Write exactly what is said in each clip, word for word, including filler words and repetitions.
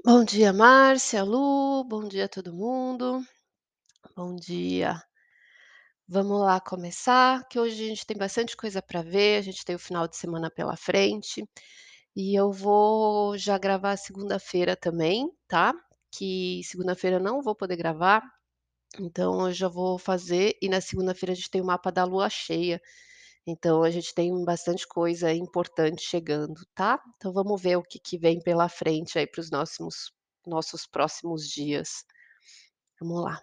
Bom dia, Márcia, Lu, bom dia todo mundo. Bom dia. Vamos lá começar, que hoje a gente tem bastante coisa para ver, a gente tem o final de semana pela frente, e eu vou já gravar segunda-feira também, tá? Que segunda-feira eu não vou poder gravar, então eu já vou fazer, e na segunda-feira a gente tem o mapa da lua cheia, então a gente tem bastante coisa importante chegando, tá? Então vamos ver o que que vem pela frente aí para os nossos nossos próximos dias. Vamos lá.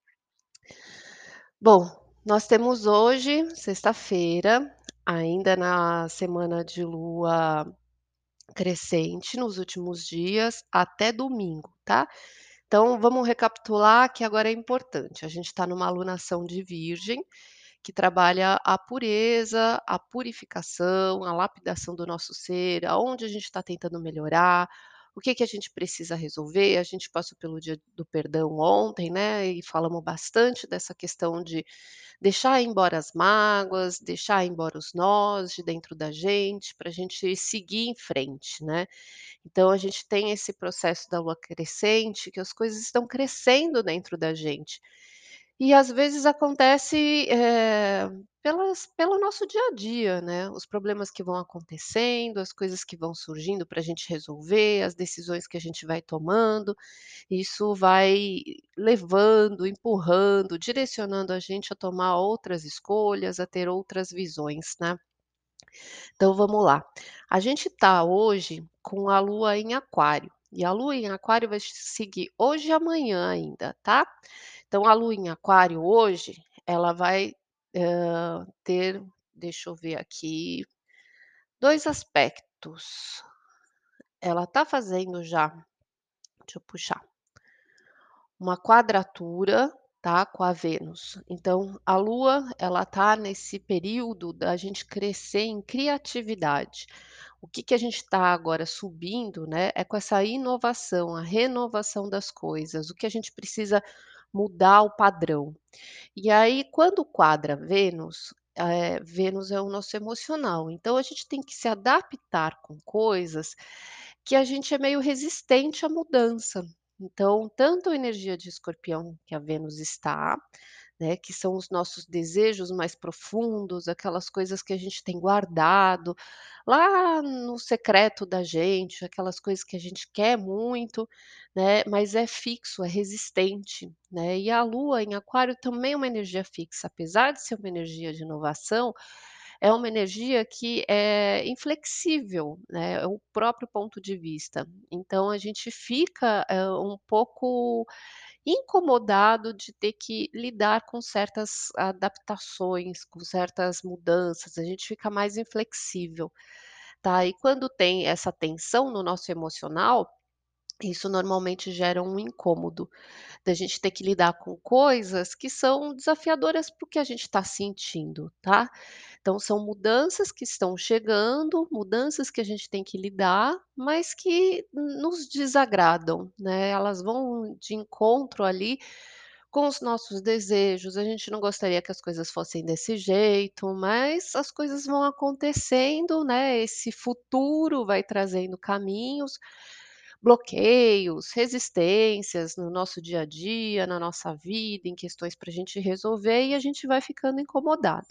Bom, nós temos hoje, sexta-feira, ainda na semana de lua crescente, nos últimos dias, até domingo, tá? Então vamos recapitular que agora é importante. A gente está numa alunação de Virgem, que trabalha a pureza, a purificação, a lapidação do nosso ser, aonde a gente está tentando melhorar, o que que a gente precisa resolver. A gente passou pelo dia do perdão ontem, né? E falamos bastante dessa questão de deixar ir embora as mágoas, deixar ir embora os nós de dentro da gente, para a gente seguir em frente, né. Então a gente tem esse processo da lua crescente, que as coisas estão crescendo dentro da gente. E às vezes acontece, eh, pelas pelo nosso dia a dia, né, os problemas que vão acontecendo, as coisas que vão surgindo para a gente resolver, as decisões que a gente vai tomando. Isso vai levando, empurrando, direcionando a gente a tomar outras escolhas, a ter outras visões, né. Então vamos lá. A gente está hoje com a lua em aquário, e a lua em aquário vai seguir hoje e amanhã ainda, tá. Então a lua em aquário hoje, ela vai, hã, ter, deixa eu ver aqui, dois aspectos. Ela está fazendo já, deixa eu puxar. Uma quadratura, tá, com a Vênus. Então, a Lua, ela tá nesse período da gente crescer em criatividade. O que que a gente está agora subindo, né, é com essa inovação, a renovação das coisas, o que a gente precisa mudar o padrão. E aí, quando quadra Vênus, eh, Vênus é o nosso emocional, então a gente tem que se adaptar com coisas que a gente é meio resistente à mudança. Então, tanto a energia de Escorpião, que a Vênus está, né, que são os nossos desejos mais profundos, aquelas coisas que a gente tem guardado lá no secreto da gente, aquelas coisas que a gente quer muito, né, mas é fixo, é resistente, né. E a Lua em Aquário também é uma energia fixa, apesar de ser uma energia de inovação, é uma energia que é inflexível, né, é o próprio ponto de vista. Então a gente fica, hã, um pouco incomodado de ter que lidar com certas adaptações, com certas mudanças, a gente fica mais inflexível, tá. E quando tem essa tensão no nosso emocional, isso normalmente gera um incômodo, da gente ter que lidar com coisas que são desafiadoras para o que a gente está sentindo, tá. Então são mudanças que estão chegando, mudanças que a gente tem que lidar, mas que nos desagradam, né, elas vão de encontro ali com os nossos desejos. A gente não gostaria que as coisas fossem desse jeito, mas as coisas vão acontecendo, né, esse futuro vai trazendo caminhos, bloqueios, resistências no nosso dia a dia, na nossa vida, em questões para a gente resolver, e a gente vai ficando incomodado.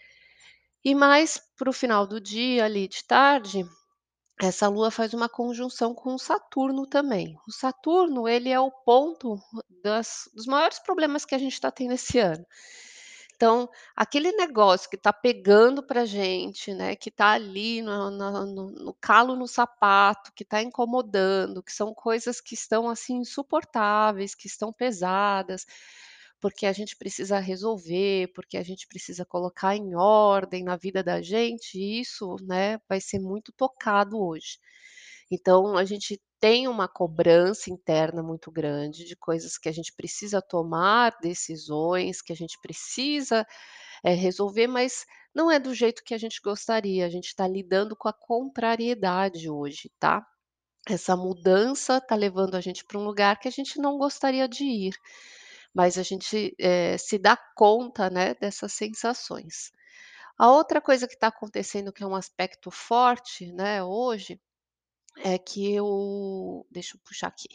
E mais para o final do dia, ali de tarde, essa lua faz uma conjunção com o Saturno também. O Saturno, ele é o ponto das dos maiores problemas que a gente está tendo esse ano. Então, aquele negócio que está pegando pra gente, né, que está ali no na no no calo no sapato, que está incomodando, que são coisas que estão, assim, insuportáveis, que estão pesadas, porque a gente precisa resolver, porque a gente precisa colocar em ordem na vida da gente, e isso, né, vai ser muito tocado hoje. Então a gente tem uma cobrança interna muito grande de coisas que a gente precisa tomar decisões, que a gente precisa, eh, resolver, mas não é do jeito que a gente gostaria, a gente está lidando com a contrariedade hoje, tá. Essa mudança está levando a gente para um lugar que a gente não gostaria de ir, mas a gente, eh, se dá conta, né, dessas sensações. A outra coisa que está acontecendo, que é um aspecto forte, né, hoje, é que o deixa eu puxar aqui.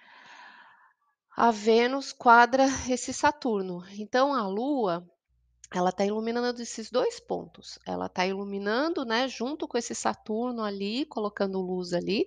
A Vênus quadra esse Saturno, então a Lua, ela está iluminando esses dois pontos. Ela está iluminando, né, junto com esse Saturno ali, colocando luz ali,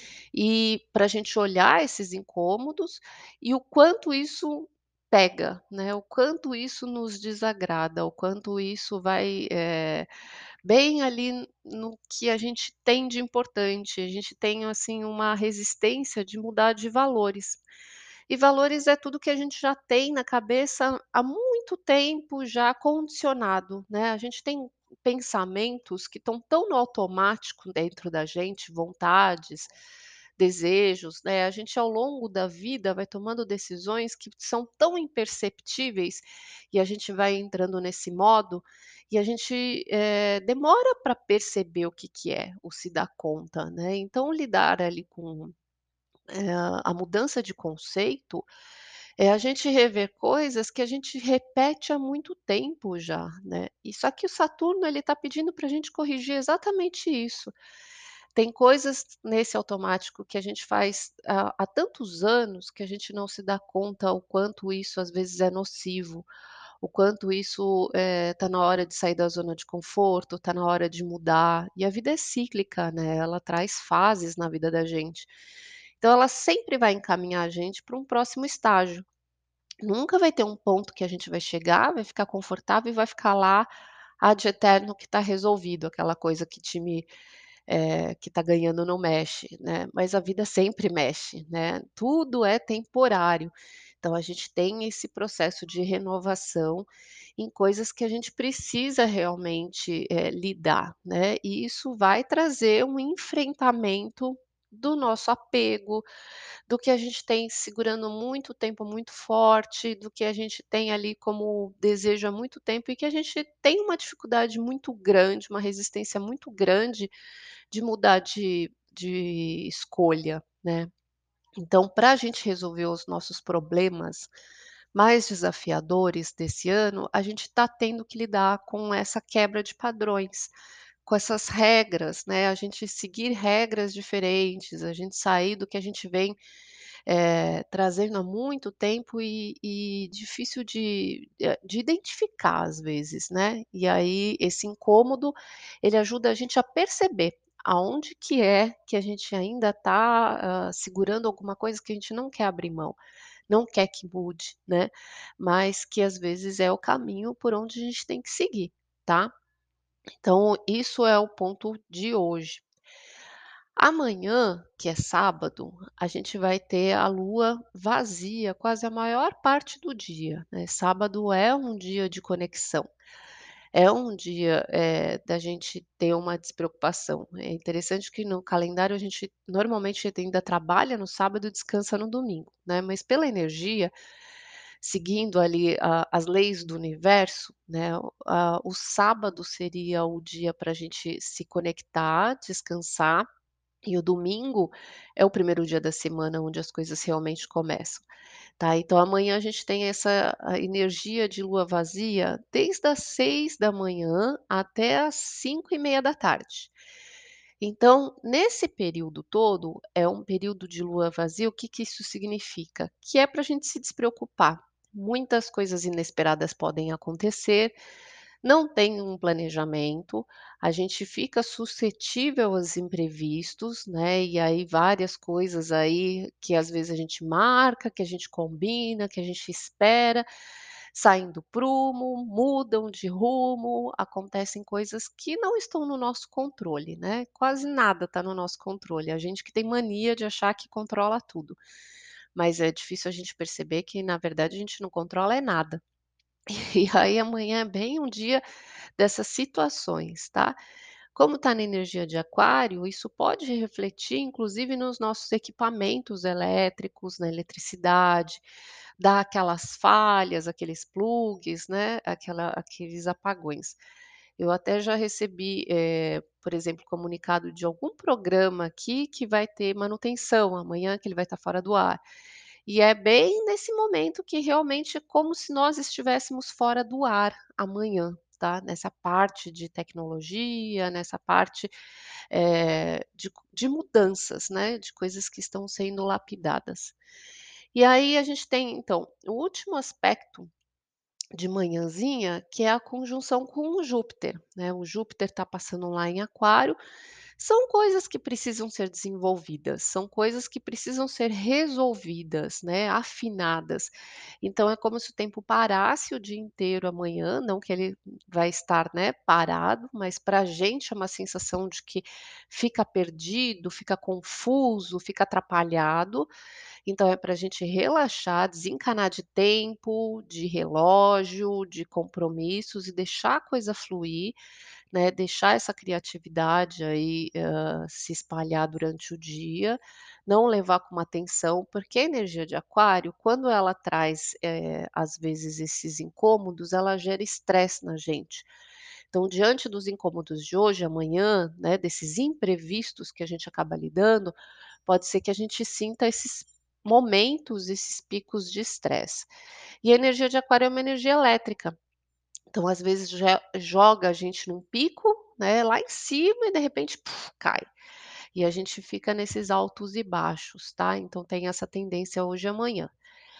e para a gente olhar esses incômodos e o quanto isso pega, né, o quanto isso nos desagrada, o quanto isso vai, eh, bem ali no que a gente tem de importante. A gente tem, assim, uma resistência de mudar de valores. E valores é tudo que a gente já tem na cabeça há muito tempo já condicionado, né. A gente tem pensamentos que estão tão no automático dentro da gente, vontades, desejos, né. A gente ao longo da vida vai tomando decisões que são tão imperceptíveis, e a gente vai entrando nesse modo, e a gente, eh, demora para perceber o que que é, ou se dar conta, né. Então lidar ali com, eh, a mudança de conceito, é a gente rever coisas que a gente repete há muito tempo já, né. E só que o Saturno ele está pedindo para a gente corrigir exatamente isso. Tem coisas nesse automático que a gente faz há há tantos anos que a gente não se dá conta o quanto isso às vezes é nocivo, o quanto isso, eh, tá na hora de sair da zona de conforto, tá na hora de mudar. E a vida é cíclica, né, ela traz fases na vida da gente. Então ela sempre vai encaminhar a gente para um próximo estágio. Nunca vai ter um ponto que a gente vai chegar, vai ficar confortável e vai ficar lá ad eterno que está resolvido, aquela coisa que time, eh, que está ganhando não mexe, né, mas a vida sempre mexe, né, tudo é temporário. Então a gente tem esse processo de renovação em coisas que a gente precisa realmente, eh, lidar, né, e isso vai trazer um enfrentamento do nosso apego, do que a gente tem segurando muito tempo muito forte, do que a gente tem ali como desejo há muito tempo e que a gente tem uma dificuldade muito grande, uma resistência muito grande de mudar de de escolha, né. Então, para a gente resolver os nossos problemas mais desafiadores desse ano, a gente está tendo que lidar com essa quebra de padrões, com essas regras, né, a gente seguir regras diferentes, a gente sair do que a gente vem, eh, trazendo há muito tempo e e difícil de eh, de identificar às vezes, né. E aí esse incômodo, ele ajuda a gente a perceber aonde que é que a gente ainda está, hã, segurando alguma coisa que a gente não quer abrir mão, não quer que mude, né, mas que às vezes é o caminho por onde a gente tem que seguir, tá. Então isso é o ponto de hoje. Amanhã, que é sábado, a gente vai ter a lua vazia quase a maior parte do dia, né. Sábado é um dia de conexão, é um dia, eh, da gente ter uma despreocupação. É interessante que no calendário a gente normalmente ainda trabalha no sábado e descansa no domingo, né, mas pela energia, seguindo ali a as leis do universo, né, o a o sábado seria o dia para a gente se conectar, descansar, e o domingo é o primeiro dia da semana onde as coisas realmente começam, tá. Então amanhã a gente tem essa a energia de lua vazia desde as seis da manhã até as cinco e meia da tarde. Então, nesse período todo, é um período de lua vazia, o que que isso significa? Que é para a gente se despreocupar. Muitas coisas inesperadas podem acontecer, não tem um planejamento, a gente fica suscetível aos imprevistos, né, e aí várias coisas aí que às vezes a gente marca, que a gente combina, que a gente espera, saem do prumo, mudam de rumo, acontecem coisas que não estão no nosso controle, né, quase nada está no nosso controle, a gente que tem mania de achar que controla tudo, mas é difícil a gente perceber que na verdade a gente não controla é nada. E aí amanhã é bem um dia dessas situações, tá. Como está na energia de aquário, isso pode refletir inclusive nos nossos equipamentos elétricos, na eletricidade, dar aquelas falhas, aqueles plugs, né, aquela aqueles apagões. Eu até já recebi, eh, por exemplo, comunicado de algum programa aqui que vai ter manutenção amanhã, que ele vai estar fora do ar. E é bem nesse momento que realmente é como se nós estivéssemos fora do ar amanhã. tá, nessa parte de tecnologia, nessa parte, eh, de de mudanças, né, de coisas que estão sendo lapidadas. E aí a gente tem então, o último aspecto de manhãzinha, que é a conjunção com o Júpiter, né, o Júpiter está passando lá em Aquário, são coisas que precisam ser desenvolvidas, são coisas que precisam ser resolvidas, né, afinadas. Então é como se o tempo parasse o dia inteiro amanhã, não que ele vai estar, né, parado, mas para a gente é uma sensação de que fica perdido, fica confuso, fica atrapalhado, então é para a gente relaxar, desencanar de tempo, de relógio, de compromissos e deixar a coisa fluir, né, deixar essa criatividade aí, hã, se espalhar durante o dia, não levar com uma tensão, porque a energia de Aquário, quando ela traz, eh, às vezes esses incômodos, ela gera estresse na gente. Então, diante dos incômodos de hoje, amanhã, né, desses imprevistos que a gente acaba lidando, pode ser que a gente sinta esses momentos, esses picos de estresse. E a energia de Aquário é uma energia elétrica, então às vezes je joga a gente num pico, né, lá em cima e de repente puf, cai. E a gente fica nesses altos e baixos, tá, então tem essa tendência hoje e amanhã.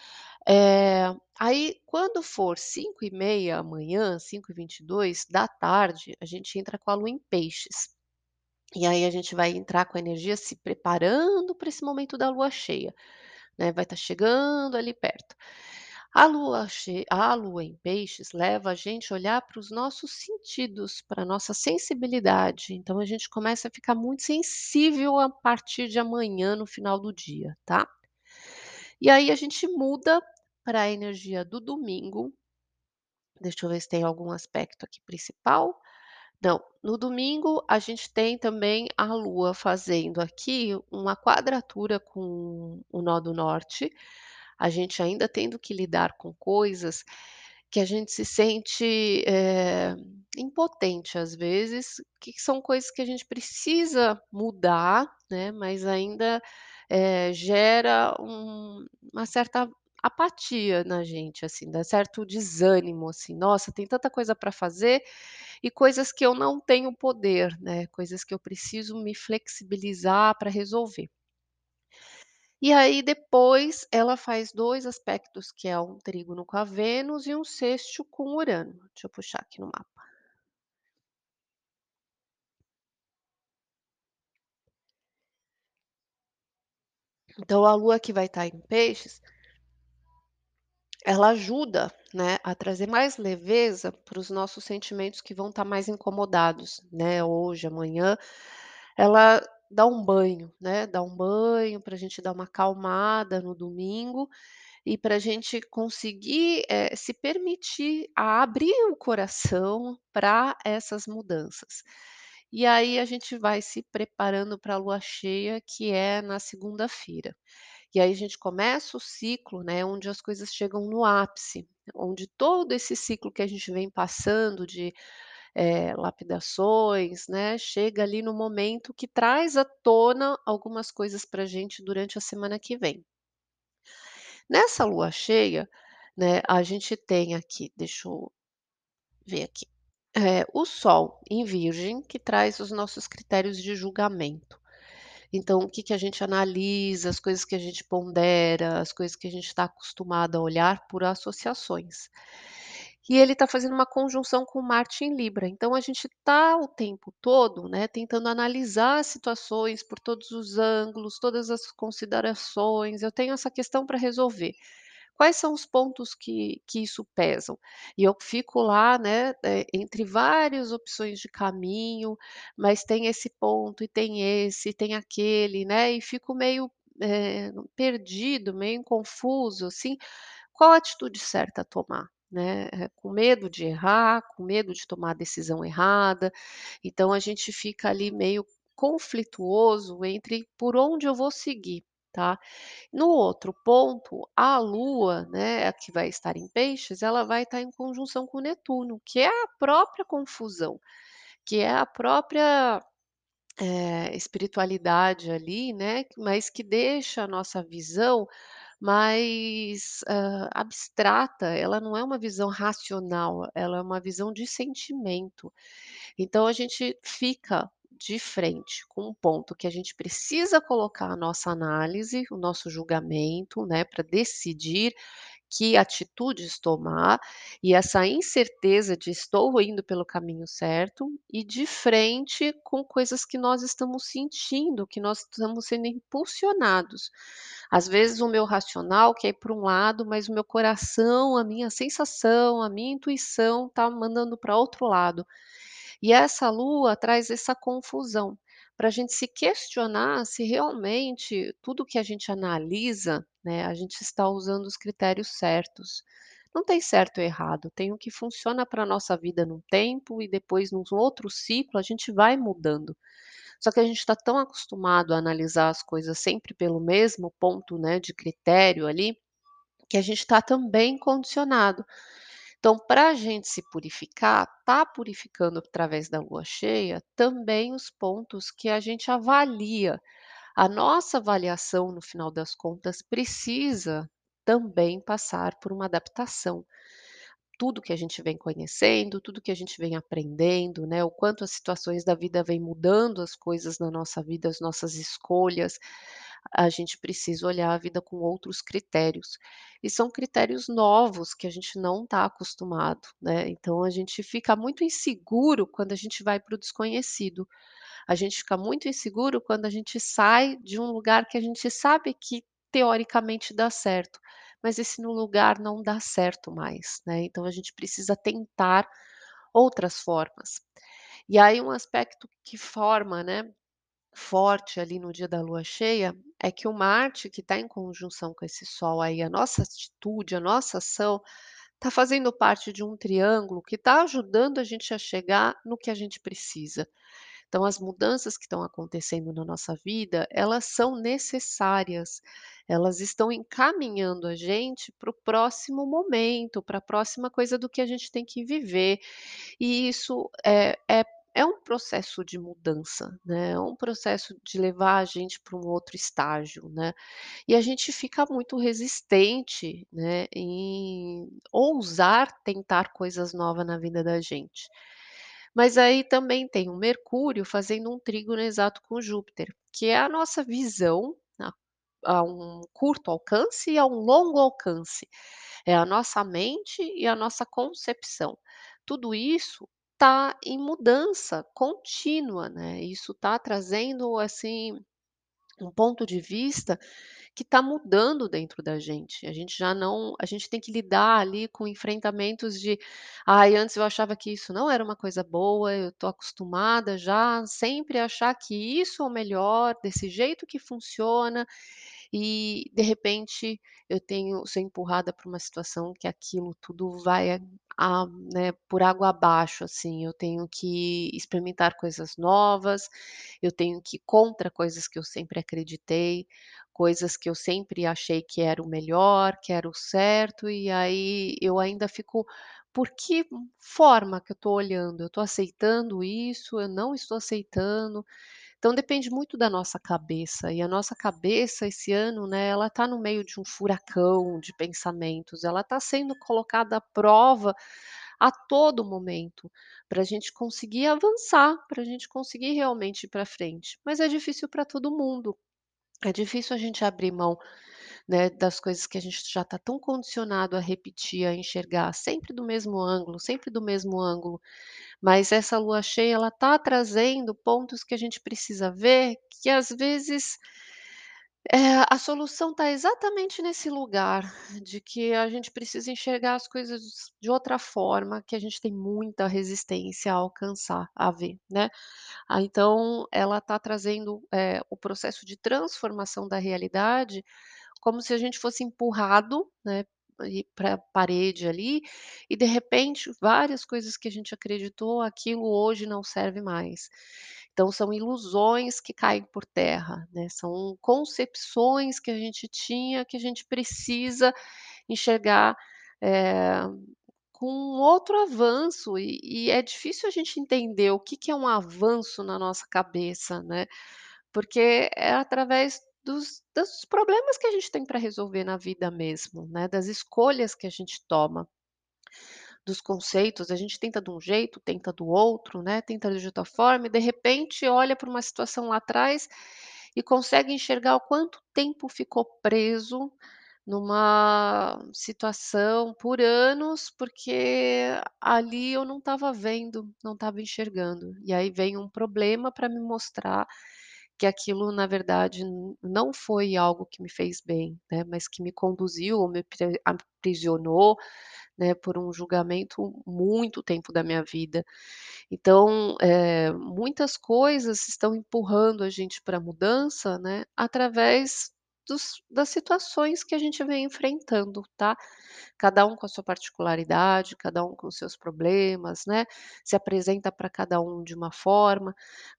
Eh, aí quando for cinco e meia amanhã, cinco e vinte e dois da tarde, a gente entra com a lua em peixes. E aí a gente vai entrar com a energia se preparando para esse momento da lua cheia, né, vai estar chegando ali perto. A lua che a lua em peixes leva a gente a olhar para os nossos sentidos, para a nossa sensibilidade, então a gente começa a ficar muito sensível a partir de amanhã no final do dia, tá. E aí a gente muda para a energia do domingo, deixa eu ver se tem algum aspecto aqui principal. Não, no domingo a gente tem também a Lua fazendo aqui uma quadratura com o nó do norte, a gente ainda tendo que lidar com coisas que a gente se sente, eh, impotente às vezes, que são coisas que a gente precisa mudar, né, mas ainda, eh, gera um uma certa apatia na gente, assim, dá certo desânimo, assim, nossa, tem tanta coisa para fazer e coisas que eu não tenho poder, né, coisas que eu preciso me flexibilizar para resolver. E aí depois ela faz dois aspectos, que é um trígono com a Vênus e um sexto com Urano. Deixa eu puxar aqui no mapa. Então a Lua que vai estar em Peixes, ela ajuda, né, a trazer mais leveza para os nossos sentimentos que vão estar mais incomodados, né, hoje, amanhã. Ela dá um banho, né, dá um banho para a gente dar uma acalmada no domingo e para a gente conseguir, eh, se permitir a abrir o coração para essas mudanças. E aí a gente vai se preparando para a lua cheia, que é na segunda-feira. E aí a gente começa o ciclo, né, onde as coisas chegam no ápice, onde todo esse ciclo que a gente vem passando de, eh, lapidações, né, chega ali no momento que traz à tona algumas coisas para a gente durante a semana que vem. Nessa lua cheia, né, a gente tem aqui, deixa eu ver aqui, eh, o Sol em Virgem, que traz os nossos critérios de julgamento. Então, o que que a gente analisa, as coisas que a gente pondera, as coisas que a gente está acostumado a olhar por associações. E ele está fazendo uma conjunção com Marte em Libra, então a gente está o tempo todo, né, tentando analisar as situações por todos os ângulos, todas as considerações, eu tenho essa questão para resolver. Quais são os pontos que que isso pesam? E eu fico lá, né, eh, entre várias opções de caminho, mas tem esse ponto, e tem esse, e tem aquele, né, e fico meio, eh, perdido, meio confuso, assim, qual a atitude certa a tomar, né, eh, com medo de errar, com medo de tomar a decisão errada, então a gente fica ali meio conflituoso entre por onde eu vou seguir, tá. No outro ponto, a Lua, né, a que vai estar em Peixes, ela vai estar em conjunção com Netuno, que é a própria confusão, que é a própria, eh, espiritualidade ali, né, mas que deixa a nossa visão mais, hã, abstrata, ela não é uma visão racional, ela é uma visão de sentimento. Então a gente fica de frente com um ponto que a gente precisa colocar a nossa análise, o nosso julgamento, né, para decidir que atitudes tomar, e essa incerteza de estou indo pelo caminho certo, e de frente com coisas que nós estamos sentindo, que nós estamos sendo impulsionados. Às vezes o meu racional quer ir para um lado, mas o meu coração, a minha sensação, a minha intuição está mandando para outro lado. E essa lua traz essa confusão, para a gente se questionar se realmente tudo que a gente analisa, né, a gente está usando os critérios certos. Não tem certo ou errado, tem o que funciona para a nossa vida num tempo e depois num outro ciclo a gente vai mudando. Só que a gente está tão acostumado a analisar as coisas sempre pelo mesmo ponto, né, de critério ali, que a gente está também condicionado. Então, para a gente se purificar, tá purificando através da lua cheia também os pontos que a gente avalia. A nossa avaliação, no final das contas, precisa também passar por uma adaptação. Tudo que a gente vem conhecendo, tudo que a gente vem aprendendo, né, o quanto as situações da vida vêm mudando as coisas na nossa vida, as nossas escolhas, a gente precisa olhar a vida com outros critérios. E são critérios novos que a gente não está acostumado, né, então a gente fica muito inseguro quando a gente vai para o desconhecido. A gente fica muito inseguro quando a gente sai de um lugar que a gente sabe que teoricamente dá certo, mas esse no lugar não dá certo mais, né, então a gente precisa tentar outras formas. E aí um aspecto que forma, né, forte ali no dia da lua cheia, é que o Marte que está em conjunção com esse Sol aí, a nossa atitude, a nossa ação, está fazendo parte de um triângulo que está ajudando a gente a chegar no que a gente precisa. Então, as mudanças que estão acontecendo na nossa vida, elas são necessárias, elas estão encaminhando a gente para o próximo momento, para a próxima coisa do que a gente tem que viver. E isso é, é, é um processo de mudança, né? É um processo de levar a gente para um outro estágio, né? E a gente fica muito resistente, né, em ousar tentar coisas novas na vida da gente. Mas aí também tem o Mercúrio fazendo um trígono exato com Júpiter, que é a nossa visão a a um curto alcance e a um longo alcance. É a nossa mente e a nossa concepção. Tudo isso está em mudança contínua, né, isso está trazendo, assim, um ponto de vista que está mudando dentro da gente. A gente já não a gente tem que lidar ali com enfrentamentos de: "Ai, antes eu achava que isso não era uma coisa boa, eu estou acostumada já sempre a achar que isso é o melhor, desse jeito que funciona", e de repente eu tenho sou empurrada para uma situação que aquilo tudo vai a né, por água abaixo, assim, eu tenho que experimentar coisas novas, eu tenho que ir contra coisas que eu sempre acreditei, coisas que eu sempre achei que era o melhor, que era o certo, e aí eu ainda fico: "Por que forma que eu estou olhando? Eu estou aceitando isso? Eu não estou aceitando?". Então depende muito da nossa cabeça, e a nossa cabeça esse ano, né, ela está no meio de um furacão de pensamentos, ela está sendo colocada à prova a todo momento, para a gente conseguir avançar, para a gente conseguir realmente ir para frente. Mas é difícil para todo mundo. É difícil a gente abrir mão, né, das coisas que a gente já está tão condicionado a repetir, a enxergar sempre do mesmo ângulo, sempre do mesmo ângulo. Mas essa lua cheia, ela está trazendo pontos que a gente precisa ver, que às vezes, eh, a solução está exatamente nesse lugar, de que a gente precisa enxergar as coisas de outra forma, que a gente tem muita resistência a alcançar, a ver, né. Ah, então ela está trazendo, eh, o processo de transformação da realidade, como se a gente fosse empurrado, né, para a parede ali, e de repente várias coisas que a gente acreditou, aquilo hoje não serve mais. Então são ilusões que caem por terra, né, são concepções que a gente tinha, que a gente precisa enxergar, eh com outro avanço, e e é difícil a gente entender o que que é um avanço na nossa cabeça, né, porque é através dos dos problemas que a gente tem para resolver na vida mesmo, né, das escolhas que a gente toma, dos conceitos, a gente tenta de um jeito, tenta do outro, né, tenta de outra forma e de repente olha para uma situação lá atrás e consegue enxergar o quanto tempo ficou preso numa situação por anos, porque ali eu não estava vendo, não estava enxergando. E aí vem um problema para me mostrar que aquilo na verdade n não foi algo que me fez bem, né, mas que me conduziu ou me pre aprisionou, né, por um julgamento muito tempo da minha vida. Então, eh, muitas coisas estão empurrando a gente para a mudança, né, através dos das situações que a gente vem enfrentando, tá. Cada um com a sua particularidade, cada um com os seus problemas, né, se apresenta para cada um de uma forma,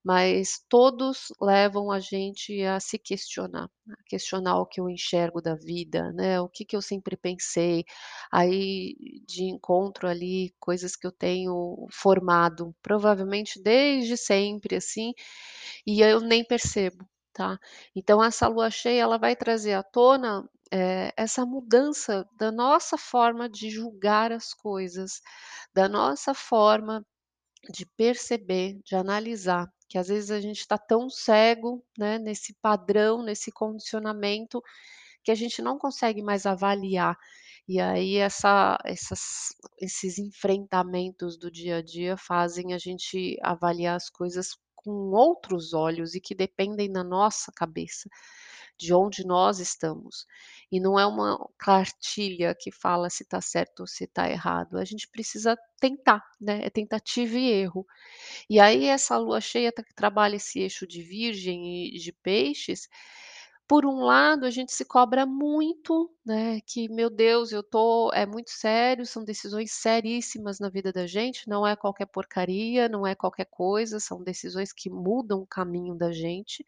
mas todos levam a gente a se questionar, a questionar o que eu enxergo da vida, né, o que que eu sempre pensei, aí de encontro ali coisas que eu tenho formado, provavelmente desde sempre, assim, e eu nem percebo, tá. Então essa lua cheia ela vai trazer à tona, eh, essa mudança da nossa forma de julgar as coisas, da nossa forma de perceber, de analisar, que às vezes a gente está tão cego, né, nesse padrão, nesse condicionamento, que a gente não consegue mais avaliar. E aí essa essas esses enfrentamentos do dia a dia fazem a gente avaliar as coisas com outros olhos e que dependem da nossa cabeça, de onde nós estamos. E não é uma cartilha que fala se está certo ou se está errado, a gente precisa tentar, né, é tentativa e erro. E aí essa lua cheia ta que trabalha esse eixo de Virgem e de Peixes, por um lado a gente se cobra muito, né, que meu Deus eu tô é muito sério, são decisões seríssimas na vida da gente, não é qualquer porcaria, não é qualquer coisa, são decisões que mudam o caminho da gente.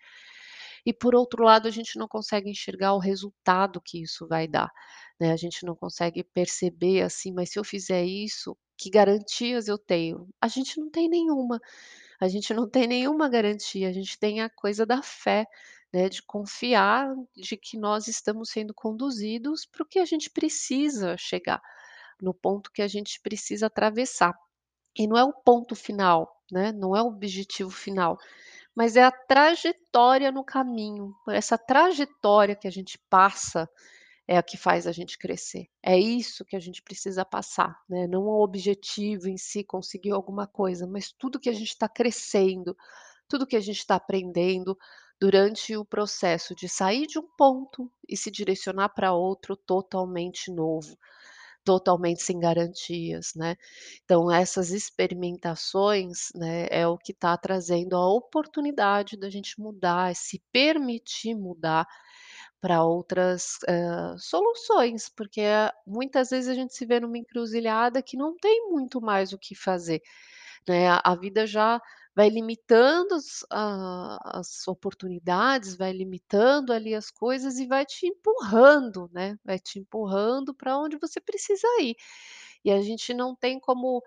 E por outro lado a gente não consegue enxergar o resultado que isso vai dar, né, a gente não consegue perceber, assim, mas se eu fizer isso, que garantias eu tenho? A gente não tem nenhuma. A gente não tem nenhuma garantia, a gente tem a coisa da fé, né, de confiar de que nós estamos sendo conduzidos para o que a gente precisa chegar, no ponto que a gente precisa atravessar. E não é o ponto final, né, não é o objetivo final, mas é a trajetória no caminho. Essa trajetória que a gente passa é a que faz a gente crescer. É isso que a gente precisa passar, né, não o objetivo em si, conseguir alguma coisa, mas tudo que a gente está crescendo, tudo que a gente está aprendendo durante o processo de sair de um ponto e se direcionar para outro totalmente novo, totalmente sem garantias, né. Então essas experimentações, né, é o que está trazendo a oportunidade da gente mudar, se permitir mudar para outras, hã, soluções, porque a muitas vezes a gente se vê numa encruzilhada que não tem muito mais o que fazer, né, a a vida já vai limitando as a as oportunidades, vai limitando ali as coisas e vai te empurrando, né, vai te empurrando para onde você precisa ir. E a gente não tem como,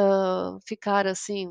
hã, ficar assim,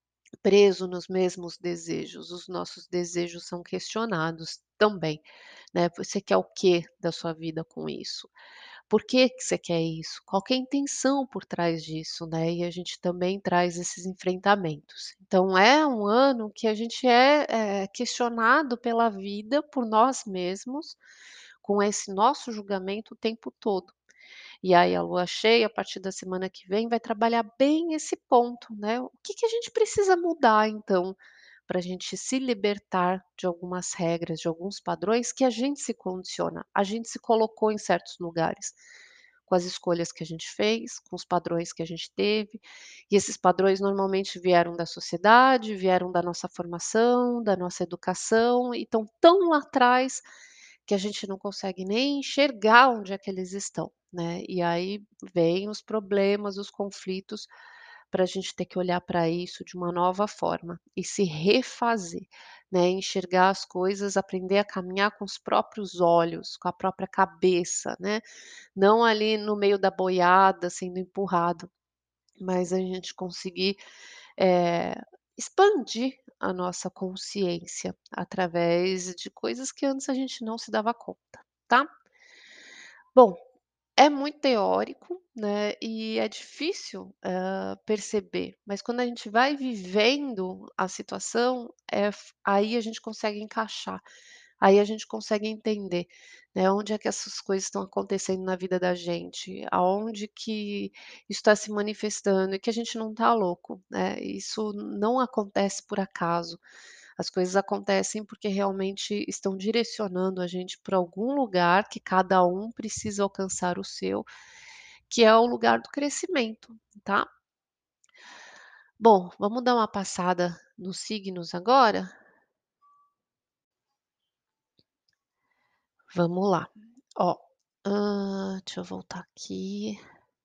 preso nos mesmos desejos, os nossos desejos são questionados também, né, você quer o quê da sua vida com isso? Por que que você quer isso? Qual que é a intenção por trás disso, né, e a gente também traz esses enfrentamentos. Então é um ano que a gente é, eh, questionado pela vida, por nós mesmos, com esse nosso julgamento o tempo todo. E aí a lua cheia, a partir da semana que vem, vai trabalhar bem esse ponto, né, o que que a gente precisa mudar então, para a gente se libertar de algumas regras, de alguns padrões que a gente se condiciona, a gente se colocou em certos lugares, com as escolhas que a gente fez, com os padrões que a gente teve, e esses padrões normalmente vieram da sociedade, vieram da nossa formação, da nossa educação e estão tão lá atrás, que a gente não consegue nem enxergar onde é que eles estão, né. E aí vem os problemas, os conflitos, para a gente ter que olhar para isso de uma nova forma e se refazer, né, enxergar as coisas, aprender a caminhar com os próprios olhos, com a própria cabeça, né, não ali no meio da boiada sendo empurrado, mas a gente conseguir, eh, expandir a nossa consciência através de coisas que antes a gente não se dava conta, tá? Bom, é muito teórico, né, e é difícil, hã, perceber, mas quando a gente vai vivendo a situação, é f aí a gente consegue encaixar, aí a gente consegue entender, né, onde é que essas coisas estão acontecendo na vida da gente, aonde que isso está se manifestando e que a gente não está louco, né, isso não acontece por acaso. As coisas acontecem porque realmente estão direcionando a gente para algum lugar que cada um precisa alcançar o seu, que é o lugar do crescimento, tá. Bom, vamos dar uma passada nos signos agora? Vamos lá. Ó, hã, deixa eu voltar aqui.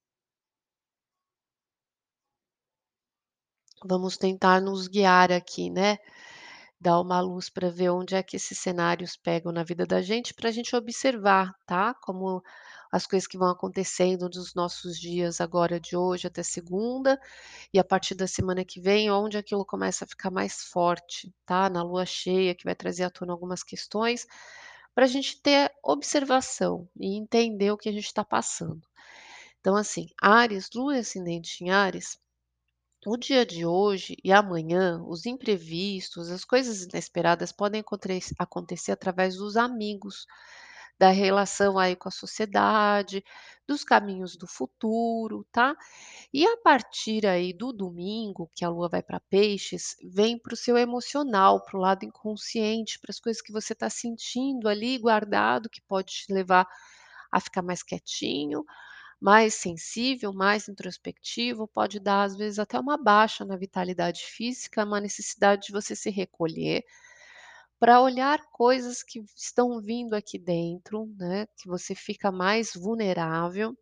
Vamos tentar nos guiar aqui, né, dar uma luz para ver onde é que esses cenários pegam na vida da gente, para a gente observar, tá, como as coisas que vão acontecendo nos nossos dias agora de hoje até segunda, e a partir da semana que vem, onde aquilo começa a ficar mais forte, tá, na lua cheia, que vai trazer à tona algumas questões, para a gente ter observação e entender o que a gente está passando. Então assim, Áries, lua ascendente em Áries, o dia de hoje e amanhã, os imprevistos, as coisas inesperadas podem acontes acontecer através dos amigos, da relação aí com a sociedade, dos caminhos do futuro, tá. E a partir aí do domingo, que a lua vai para Peixes, vem para o seu emocional, para o lado inconsciente, para as coisas que você está sentindo ali guardado, que pode te levar a ficar mais quietinho, mais sensível, mais introspectivo, pode dar às vezes até uma baixa na vitalidade física, uma necessidade de você se recolher, para olhar coisas que estão vindo aqui dentro, né, que você fica mais vulnerável.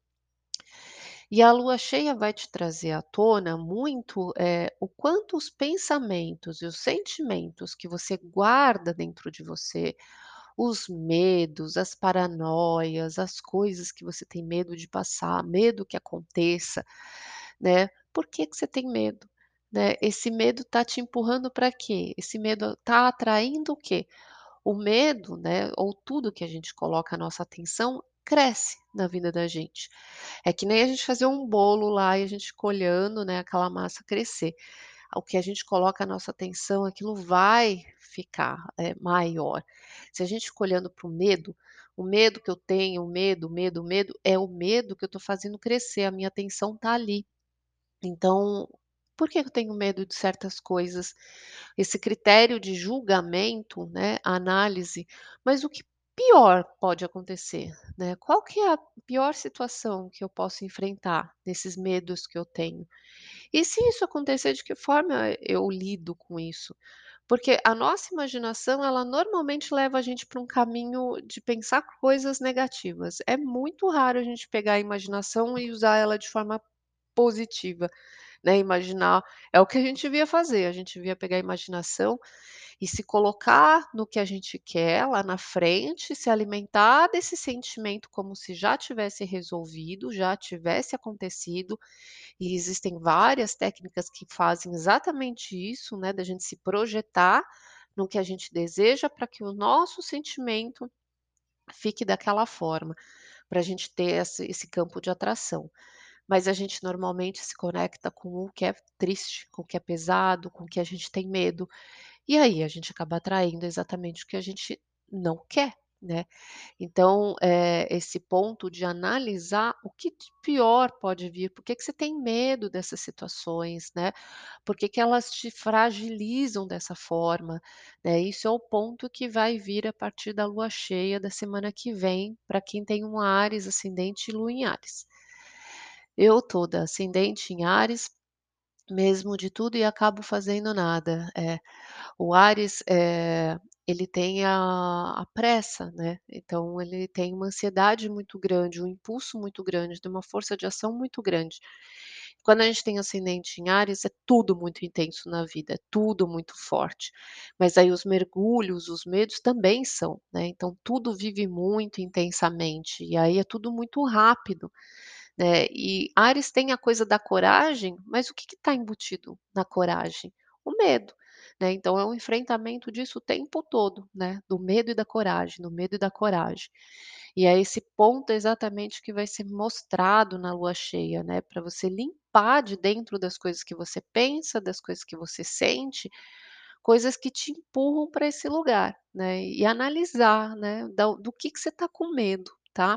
E a lua cheia vai te trazer à tona muito, eh, o quanto os pensamentos e os sentimentos que você guarda dentro de você, os medos, as paranoias, as coisas que você tem medo de passar, medo que aconteça, né. Por que que você tem medo? Né, esse medo está te empurrando para quê? Esse medo está atraindo o quê? O medo, né, ou tudo que a gente coloca a nossa atenção, cresce na vida da gente. É que nem a gente fazer um bolo lá e a gente fica olhando, né, aquela massa crescer. O que a gente coloca a nossa atenção, aquilo vai ficar, eh, maior. Se a gente fica olhando para o medo, o medo que eu tenho, o medo, o medo, o medo, é o medo que eu estou fazendo crescer, a minha atenção está ali. Então, por que eu tenho medo de certas coisas? Esse critério de julgamento, né, análise, mas o que pior pode acontecer, né? Qual que é a pior situação que eu posso enfrentar nesses medos que eu tenho? E se isso acontecer, de que forma eu lido com isso? Porque a nossa imaginação, ela normalmente leva a gente para um caminho de pensar coisas negativas. É muito raro a gente pegar a imaginação e usar ela de forma positiva, né, imaginar é o que a gente devia fazer, a gente devia pegar a imaginação e se colocar no que a gente quer lá na frente, se alimentar desse sentimento como se já tivesse resolvido, já tivesse acontecido, e existem várias técnicas que fazem exatamente isso, né, da gente se projetar no que a gente deseja para que o nosso sentimento fique daquela forma, para a gente ter esse esse campo de atração. Mas a gente normalmente se conecta com o que é triste, com o que é pesado, com o que a gente tem medo, e aí a gente acaba atraindo exatamente o que a gente não quer, né. Então, eh, esse ponto de analisar o que de pior pode vir, por que que você tem medo dessas situações, né, por que que elas te fragilizam dessa forma, né, isso é o ponto que vai vir a partir da lua cheia da semana que vem, para quem tem um Áries ascendente e lua em Áries. Eu toda ascendente em Áries, mesmo de tudo e acabo fazendo nada. É, o Áries, eh, ele tem a a pressa, né, então ele tem uma ansiedade muito grande, um impulso muito grande, tem uma força de ação muito grande. Quando a gente tem ascendente em Áries, é tudo muito intenso na vida, é tudo muito forte. Mas aí os mergulhos, os medos também são, né, então tudo vive muito intensamente, e aí é tudo muito rápido, né. E Áries tem a coisa da coragem, mas o que está embutido na coragem? o medo, né. Então é um enfrentamento disso o tempo todo, né, do medo e da coragem, do medo e da coragem. E é esse ponto exatamente que vai ser mostrado na lua cheia, né, para você limpar de dentro das coisas que você pensa, das coisas que você sente, coisas que te empurram para esse lugar, né, e analisar, né, da do que que você está com medo, tá.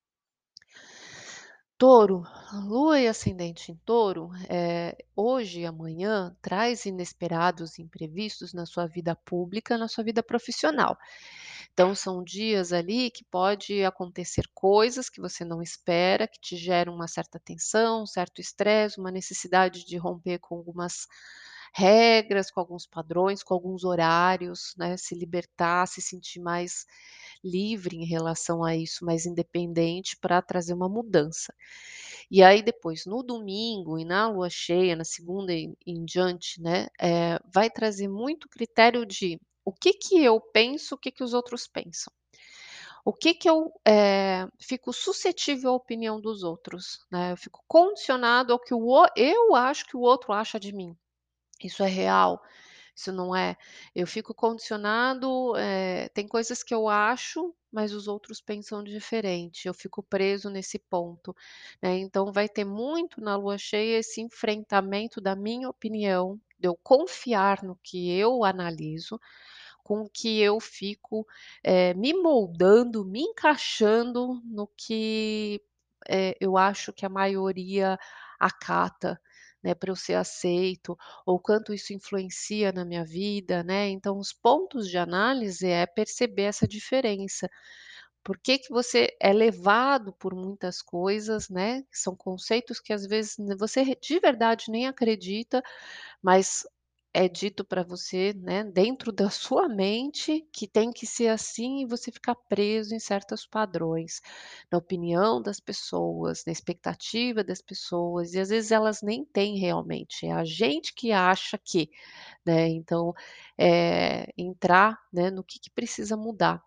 Touro, lua e ascendente em touro, eh, hoje e amanhã traz inesperados imprevistos na sua vida pública, na sua vida profissional. Então são dias ali que pode acontecer coisas que você não espera, que te geram uma certa tensão, um certo estresse, uma necessidade de romper com algumas regras, com alguns padrões, com alguns horários, né, se libertar, se sentir mais livre em relação a isso, mais independente para trazer uma mudança. E aí depois no domingo e na lua cheia, na segunda em em diante, né, eh, vai trazer muito critério de o que que eu penso, o que que os outros pensam. O que que eu, eh, fico suscetível à opinião dos outros, né, eu fico condicionado ao que o o eu acho que o outro acha de mim. Isso é real? Isso não é? Eu fico condicionado, eh, tem coisas que eu acho, mas os outros pensam diferente, eu fico preso nesse ponto, né, então vai ter muito na lua cheia esse enfrentamento da minha opinião, de eu confiar no que eu analiso, com o que eu fico, eh, me moldando, me encaixando no que, eh, eu acho que a maioria acata, né, para eu ser aceito, ou quanto isso influencia na minha vida, né. Então os pontos de análise é perceber essa diferença. Por que que você é levado por muitas coisas, né, que são conceitos que às vezes n você re de verdade nem acredita, mas é dito para você, né, dentro da sua mente, que tem que ser assim e você fica preso em certos padrões, na opinião das pessoas, na expectativa das pessoas, e às vezes elas nem têm realmente, é a gente que acha que, né, então, eh, entrar, né, no que que precisa mudar.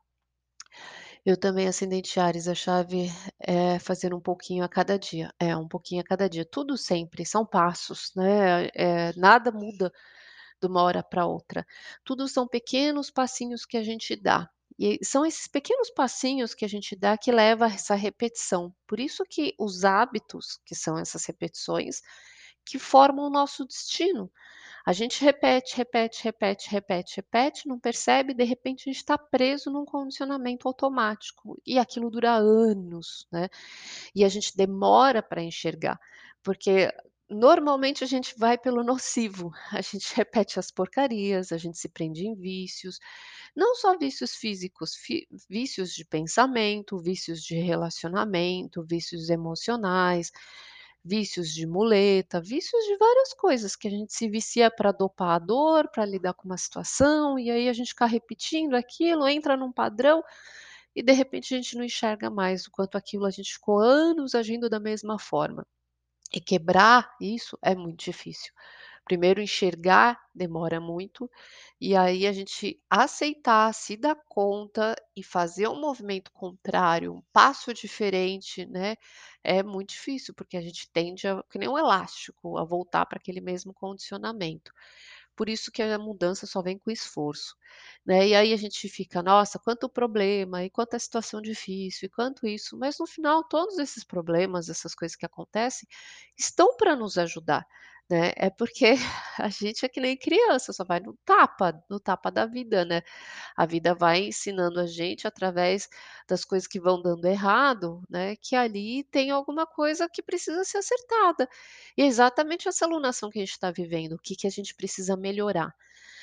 Eu também ascendente Áries, a chave é fazer um pouquinho a cada dia. É, um pouquinho a cada dia. Tudo sempre são passos, né, eh, nada muda de uma hora para outra. Tudo são pequenos passinhos que a gente dá. E são esses pequenos passinhos que a gente dá que leva a essa repetição. Por isso que os hábitos, que são essas repetições, que formam o nosso destino. A gente repete, repete, repete, repete, repete, não percebe, de repente a gente está preso num condicionamento automático e aquilo dura anos, né, e a gente demora para enxergar, porque normalmente a gente vai pelo nocivo, a gente repete as porcarias, a gente se prende em vícios, não só vícios físicos, fi vícios de pensamento, vícios de relacionamento, vícios emocionais, vícios de muleta, vícios de várias coisas que a gente se vicia para dopar a dor, para lidar com uma situação, e aí a gente fica repetindo aquilo, entra num padrão e de repente a gente não enxerga mais o quanto aquilo a gente ficou anos agindo da mesma forma. E quebrar isso é muito difícil. Primeiro enxergar demora muito, e aí a gente aceitar, se dar conta e fazer um movimento contrário, um passo diferente, né, é muito difícil, porque a gente tende a que nem um elástico, a voltar para aquele mesmo condicionamento. Por isso que a mudança só vem com esforço, né, e aí a gente fica: "Nossa, quanto problema, e quanta situação difícil, e quanto isso", mas no final todos esses problemas, essas coisas que acontecem, estão para nos ajudar, né, é porque a gente é que nem criança, só vai no tapa, no tapa da vida, né. A vida vai ensinando a gente através das coisas que vão dando errado, né, que ali tem alguma coisa que precisa ser acertada. E é exatamente essa alunação que a gente está vivendo, o que que a gente precisa melhorar.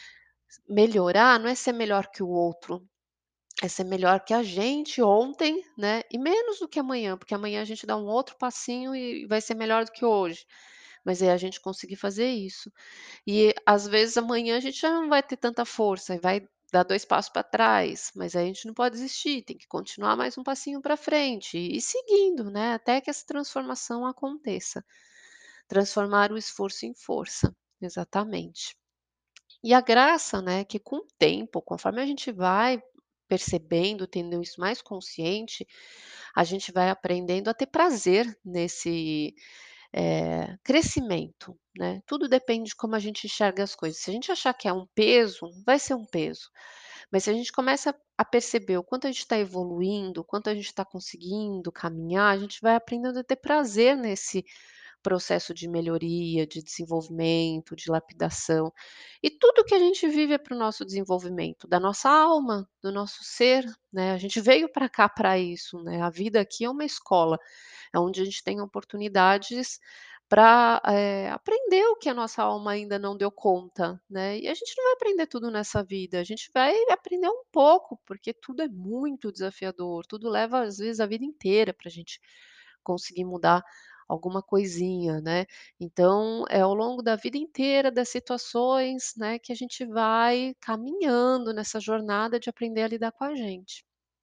Melhorar não é ser melhor que o outro, é ser melhor que a gente ontem, né, e menos do que amanhã, porque amanhã a gente dá um outro passinho e vai ser melhor do que hoje. Mas é a gente conseguir fazer isso. E às vezes amanhã a gente já não vai ter tanta força e vai dar dois passos para trás, mas aí a gente não pode desistir, tem que continuar mais um passinho para frente e ir seguindo, né, até que essa transformação aconteça. Transformar o esforço em força, exatamente. E a graça, né, que com o tempo, conforme a gente vai percebendo, tendo isso mais consciente, a gente vai aprendendo a ter prazer nesse eh, crescimento, né. Tudo depende de como a gente enxerga as coisas. Se a gente achar que é um peso, vai ser um peso. Mas se a gente começa a perceber o quanto a gente está evoluindo, o quanto a gente está conseguindo caminhar, a gente vai aprendendo a ter prazer nesse processo de melhoria, de desenvolvimento, de lapidação. E tudo que a gente vive é para o nosso desenvolvimento, da nossa alma, do nosso ser, né. A gente veio para cá para isso, né. A vida aqui é uma escola, é onde a gente tem oportunidades para aprender o que a nossa alma ainda não deu conta, né. E a gente não vai aprender tudo nessa vida, a gente vai aprender um pouco, porque tudo é muito desafiador, tudo leva às vezes a vida inteira para a gente conseguir mudar alguma coisinha, né. Então é ao longo da vida inteira, das situações, né, que a gente vai caminhando nessa jornada de aprender a lidar com a gente.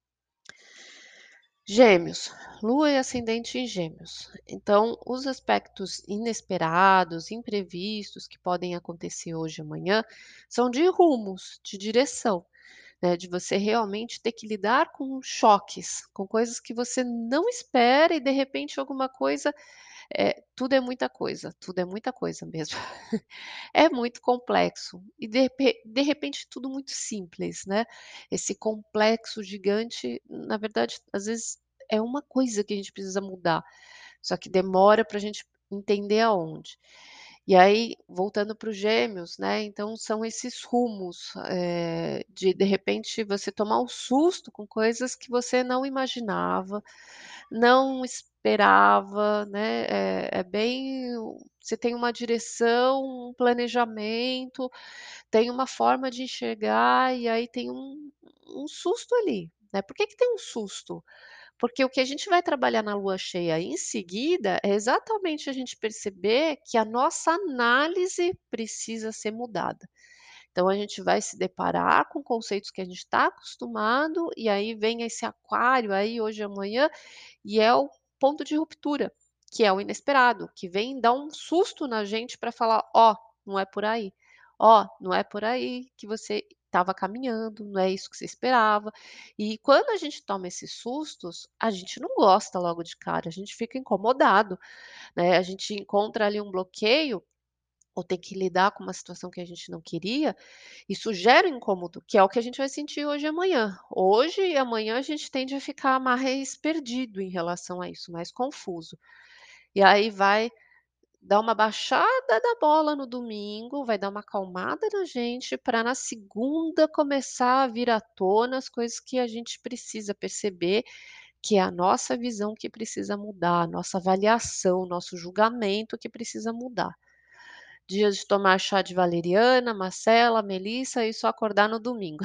Gêmeos, Lua e ascendente em Gêmeos. Então, os aspectos inesperados, imprevistos que podem acontecer hoje e amanhã, são de rumos, de direção, né, de você realmente ter que lidar com choques, com coisas que você não espera e de repente alguma coisa, eh, tudo é muita coisa, tudo é muita coisa mesmo. É muito complexo e de repe de repente tudo muito simples, né. Esse complexo gigante, na verdade, às vezes é uma coisa que a gente precisa mudar, só que demora para a gente entender aonde. E aí, voltando para os Gêmeos, né, então são esses rumos, eh, de de repente você tomar um susto com coisas que você não imaginava, não esperava, né, é é bem você tem uma direção, um planejamento, tem uma forma de enxergar e aí tem um um susto ali, né. Por que que tem um susto? Porque o que a gente vai trabalhar na lua cheia em seguida é exatamente a gente perceber que a nossa análise precisa ser mudada. Então a gente vai se deparar com conceitos que a gente está acostumado e aí vem esse aquário aí hoje e amanhã e é o ponto de ruptura, que é o inesperado, que vem dar um susto na gente para falar: "Ó, não é por aí. Ó, não é por aí que você estava caminhando, não é isso que você esperava". E quando a gente toma esses sustos, a gente não gosta logo de cara, a gente fica incomodado, né, a gente encontra ali um bloqueio ou tem que lidar com uma situação que a gente não queria, isso gera um incômodo, que é o que a gente vai sentir hoje e amanhã. Hoje e amanhã a gente tende a ficar mais perdido em relação a isso, mais confuso. E aí vai dar uma baixada da bola no domingo, vai dar uma acalmada na gente, para na segunda começar a vir à tona as coisas que a gente precisa perceber, que é a nossa visão que precisa mudar, a nossa avaliação, nosso julgamento que precisa mudar. Dias de tomar chá de valeriana, macela, melissa e só acordar no domingo.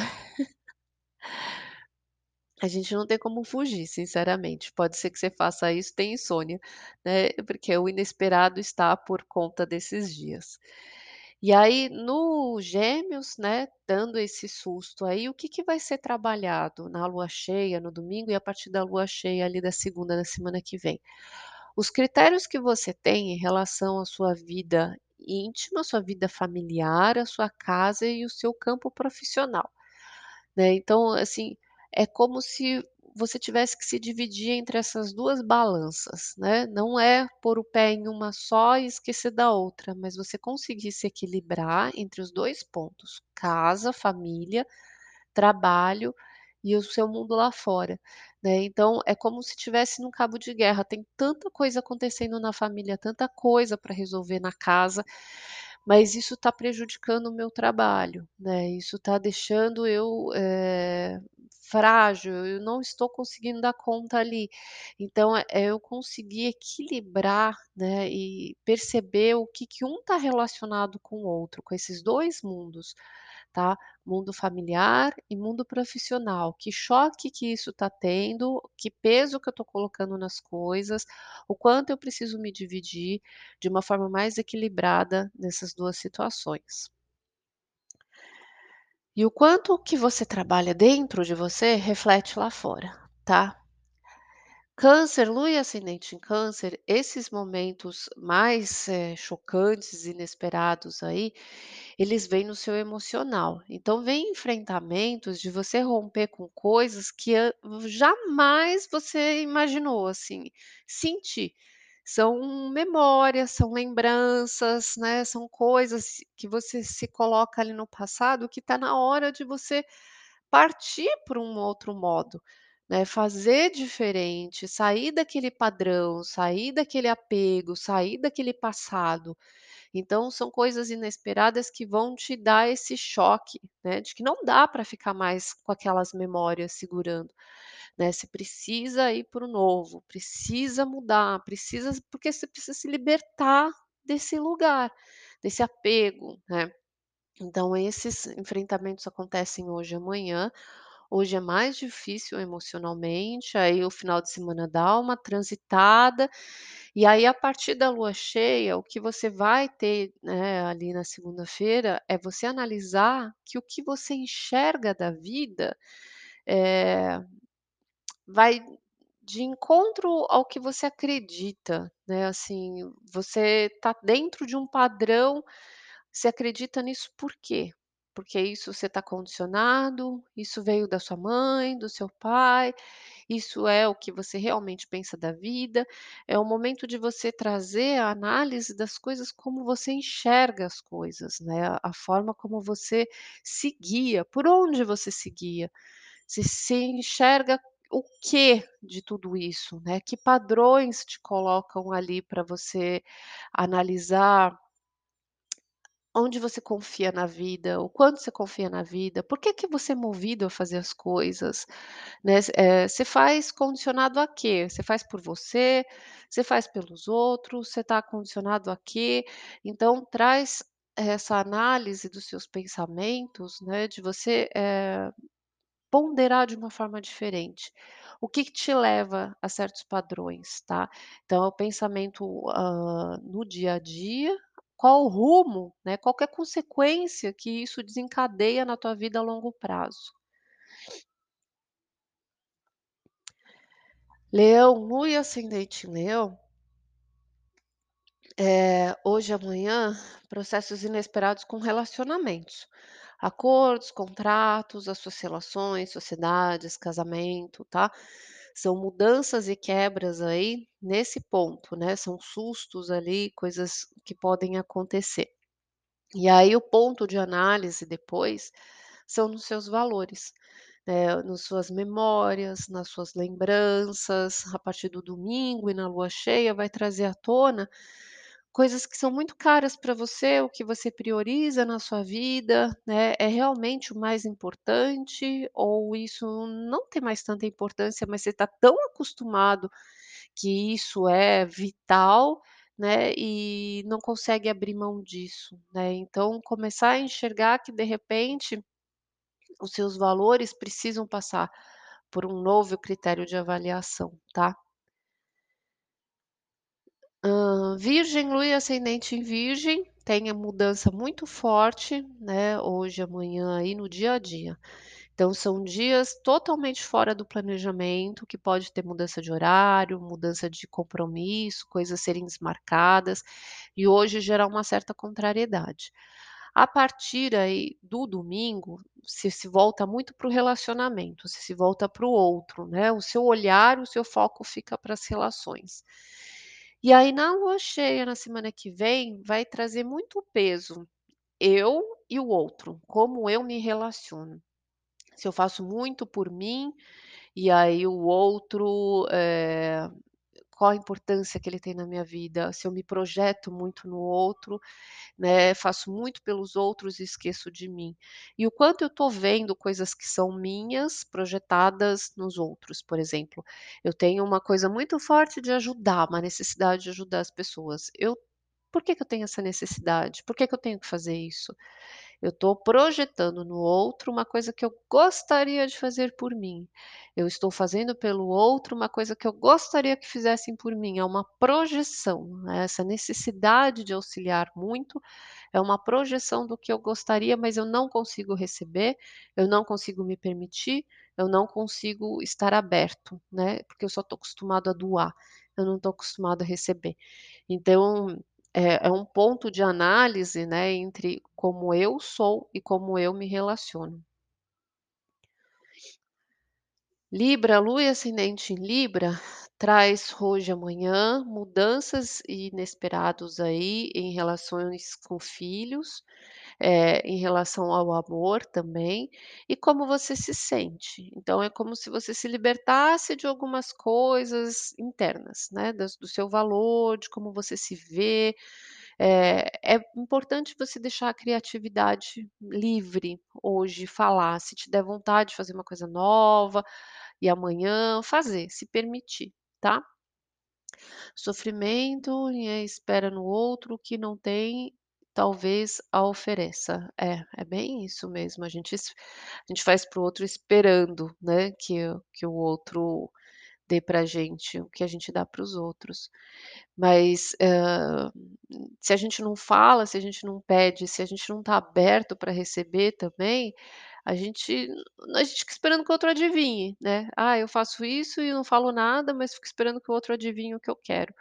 A gente não tem como fugir, sinceramente. Pode ser que você faça isso, tenha insônia, né, porque o inesperado está por conta desses dias. E aí, no Gêmeos, né, dando esse susto aí, o que que vai ser trabalhado na lua cheia, no domingo e a partir da lua cheia ali da segunda da semana que vem? Os critérios que você tem em relação à sua vida íntima, sua vida familiar, a sua casa e o seu campo profissional, né. Então, assim, é como se você tivesse que se dividir entre essas duas balanças, né. Não é pôr o pé em uma só e esquecer da outra, mas você conseguir se equilibrar entre os dois pontos: casa, família, trabalho e o seu mundo lá fora, né. Então é como se estivesse num cabo de guerra, tem tanta coisa acontecendo na família, tanta coisa para resolver na casa, mas isso está prejudicando o meu trabalho, né, isso está deixando eu, eh, frágil, eu não estou conseguindo dar conta ali. Então é é eu conseguir equilibrar, né, e perceber o que que um está relacionado com o outro, com esses dois mundos, tá. Mundo familiar e mundo profissional. Que choque que isso está tendo, que peso que eu estou colocando nas coisas, o quanto eu preciso me dividir de uma forma mais equilibrada nessas duas situações. E o quanto que você trabalha dentro de você reflete lá fora, tá? Câncer, lua e ascendente em câncer, esses momentos mais, eh, chocantes, inesperados aí, eles vêm no seu emocional. Então vem enfrentamentos de você romper com coisas que an jamais você imaginou, assim, sentir. São memórias, são lembranças, né, são coisas que você se coloca ali no passado que está na hora de você partir para um outro modo, né, fazer diferente, sair daquele padrão, sair daquele apego, sair daquele passado. Então são coisas inesperadas que vão te dar esse choque, né, de que não dá para ficar mais com aquelas memórias segurando, né, você precisa ir para o novo, precisa mudar, precisa porque você precisa se libertar desse lugar, desse apego, né. Então esses enfrentamentos acontecem hoje e amanhã. Hoje é mais difícil emocionalmente, aí o final de semana dá uma transitada, e aí a partir da lua cheia, o que você vai ter, né, ali na segunda-feira, é você analisar que o que você enxerga da vida, eh, vai de encontro ao que você acredita, né, assim, você está dentro de um padrão, você acredita nisso por quê? Porque isso você está condicionado, isso veio da sua mãe, do seu pai, isso é o que você realmente pensa da vida. É o momento de você trazer a análise das coisas como você enxerga as coisas, né, a a forma como você se guia, por onde você se guia. Você se enxerga o quê de tudo isso, né, que padrões te colocam ali para você analisar onde você confia na vida, o quanto você confia na vida, por que que você é movido a fazer as coisas, né, você eh, você faz condicionado a quê? Você faz por você, você faz pelos outros, você está condicionado a quê? Então traz essa análise dos seus pensamentos, né, de você, eh ponderar de uma forma diferente. O que que te leva a certos padrões, tá. Então é o pensamento, hã, no dia a dia, qual o rumo, né, qual que é a consequência que isso desencadeia na tua vida a longo prazo. Leão, lua e ascendente em leão, eh, hoje e amanhã, processos inesperados com relacionamentos, acordos, contratos, as suas relações, sociedades, casamento, tá. São mudanças e quebras aí nesse ponto, né, são sustos ali, coisas que podem acontecer. E aí o ponto de análise depois são nos seus valores, eh, nas suas memórias, nas suas lembranças, a partir do domingo e na lua cheia vai trazer à tona coisas que são muito caras para você, o que você prioriza na sua vida, né, é realmente o mais importante ou isso não tem mais tanta importância, mas você está tão acostumado que isso é vital, né, e não consegue abrir mão disso, né. Então começar a enxergar que de repente os seus valores precisam passar por um novo critério de avaliação, tá. Hã, virgem, lua e ascendente em virgem, tem a mudança muito forte, né, hoje, amanhã, aí no dia a dia. Então são dias totalmente fora do planejamento, que pode ter mudança de horário, mudança de compromisso, coisas serem desmarcadas, e hoje gerar uma certa contrariedade. A partir aí do domingo, você se volta muito para o relacionamento, você se volta para o outro, né, o seu olhar, o seu foco fica para as relações. E aí na lua cheia, na semana que vem, vai trazer muito peso, eu e o outro, como eu me relaciono. Se eu faço muito por mim, e aí o outro, eh, qual a importância que ele tem na minha vida, se eu me projeto muito no outro, né, faço muito pelos outros e esqueço de mim. E o quanto eu estou vendo coisas que são minhas projetadas nos outros, por exemplo, eu tenho uma coisa muito forte de ajudar, uma necessidade de ajudar as pessoas. Eu por que que eu tenho essa necessidade? Por que que eu tenho que fazer isso? Eu estou projetando no outro uma coisa que eu gostaria de fazer por mim. Eu estou fazendo pelo outro uma coisa que eu gostaria que fizessem por mim. É uma projeção, né, essa necessidade de auxiliar muito, é uma projeção do que eu gostaria, mas eu não consigo receber, eu não consigo me permitir, eu não consigo estar aberto, né, porque eu só estou acostumado a doar, eu não estou acostumado a receber. Então, é é um ponto de análise, né, entre como eu sou e como eu me relaciono. Libra, lua e ascendente em Libra Traz hoje e amanhã mudanças inesperados aí em relações com filhos, eh, em relação ao amor também, e como você se sente. Então é como se você se libertasse de algumas coisas internas, né, das do seu valor, de como você se vê. Eh, é importante você deixar a criatividade livre hoje, falar, se te der vontade de fazer uma coisa nova, e amanhã fazer, se permitir, tá? Sofrimento e a espera no outro que não tem, talvez a ofereça. É, é bem isso mesmo, a gente es a gente faz para o outro esperando, né, que o que o outro dê pra gente o que a gente dá para os outros. Mas, hã, se a gente não fala, se a gente não pede, se a gente não tá aberto para receber também, a gente a gente fica esperando que o outro adivinhe, né. "Ah, eu faço isso e não falo nada, mas fico esperando que o outro adivinhe o que eu quero".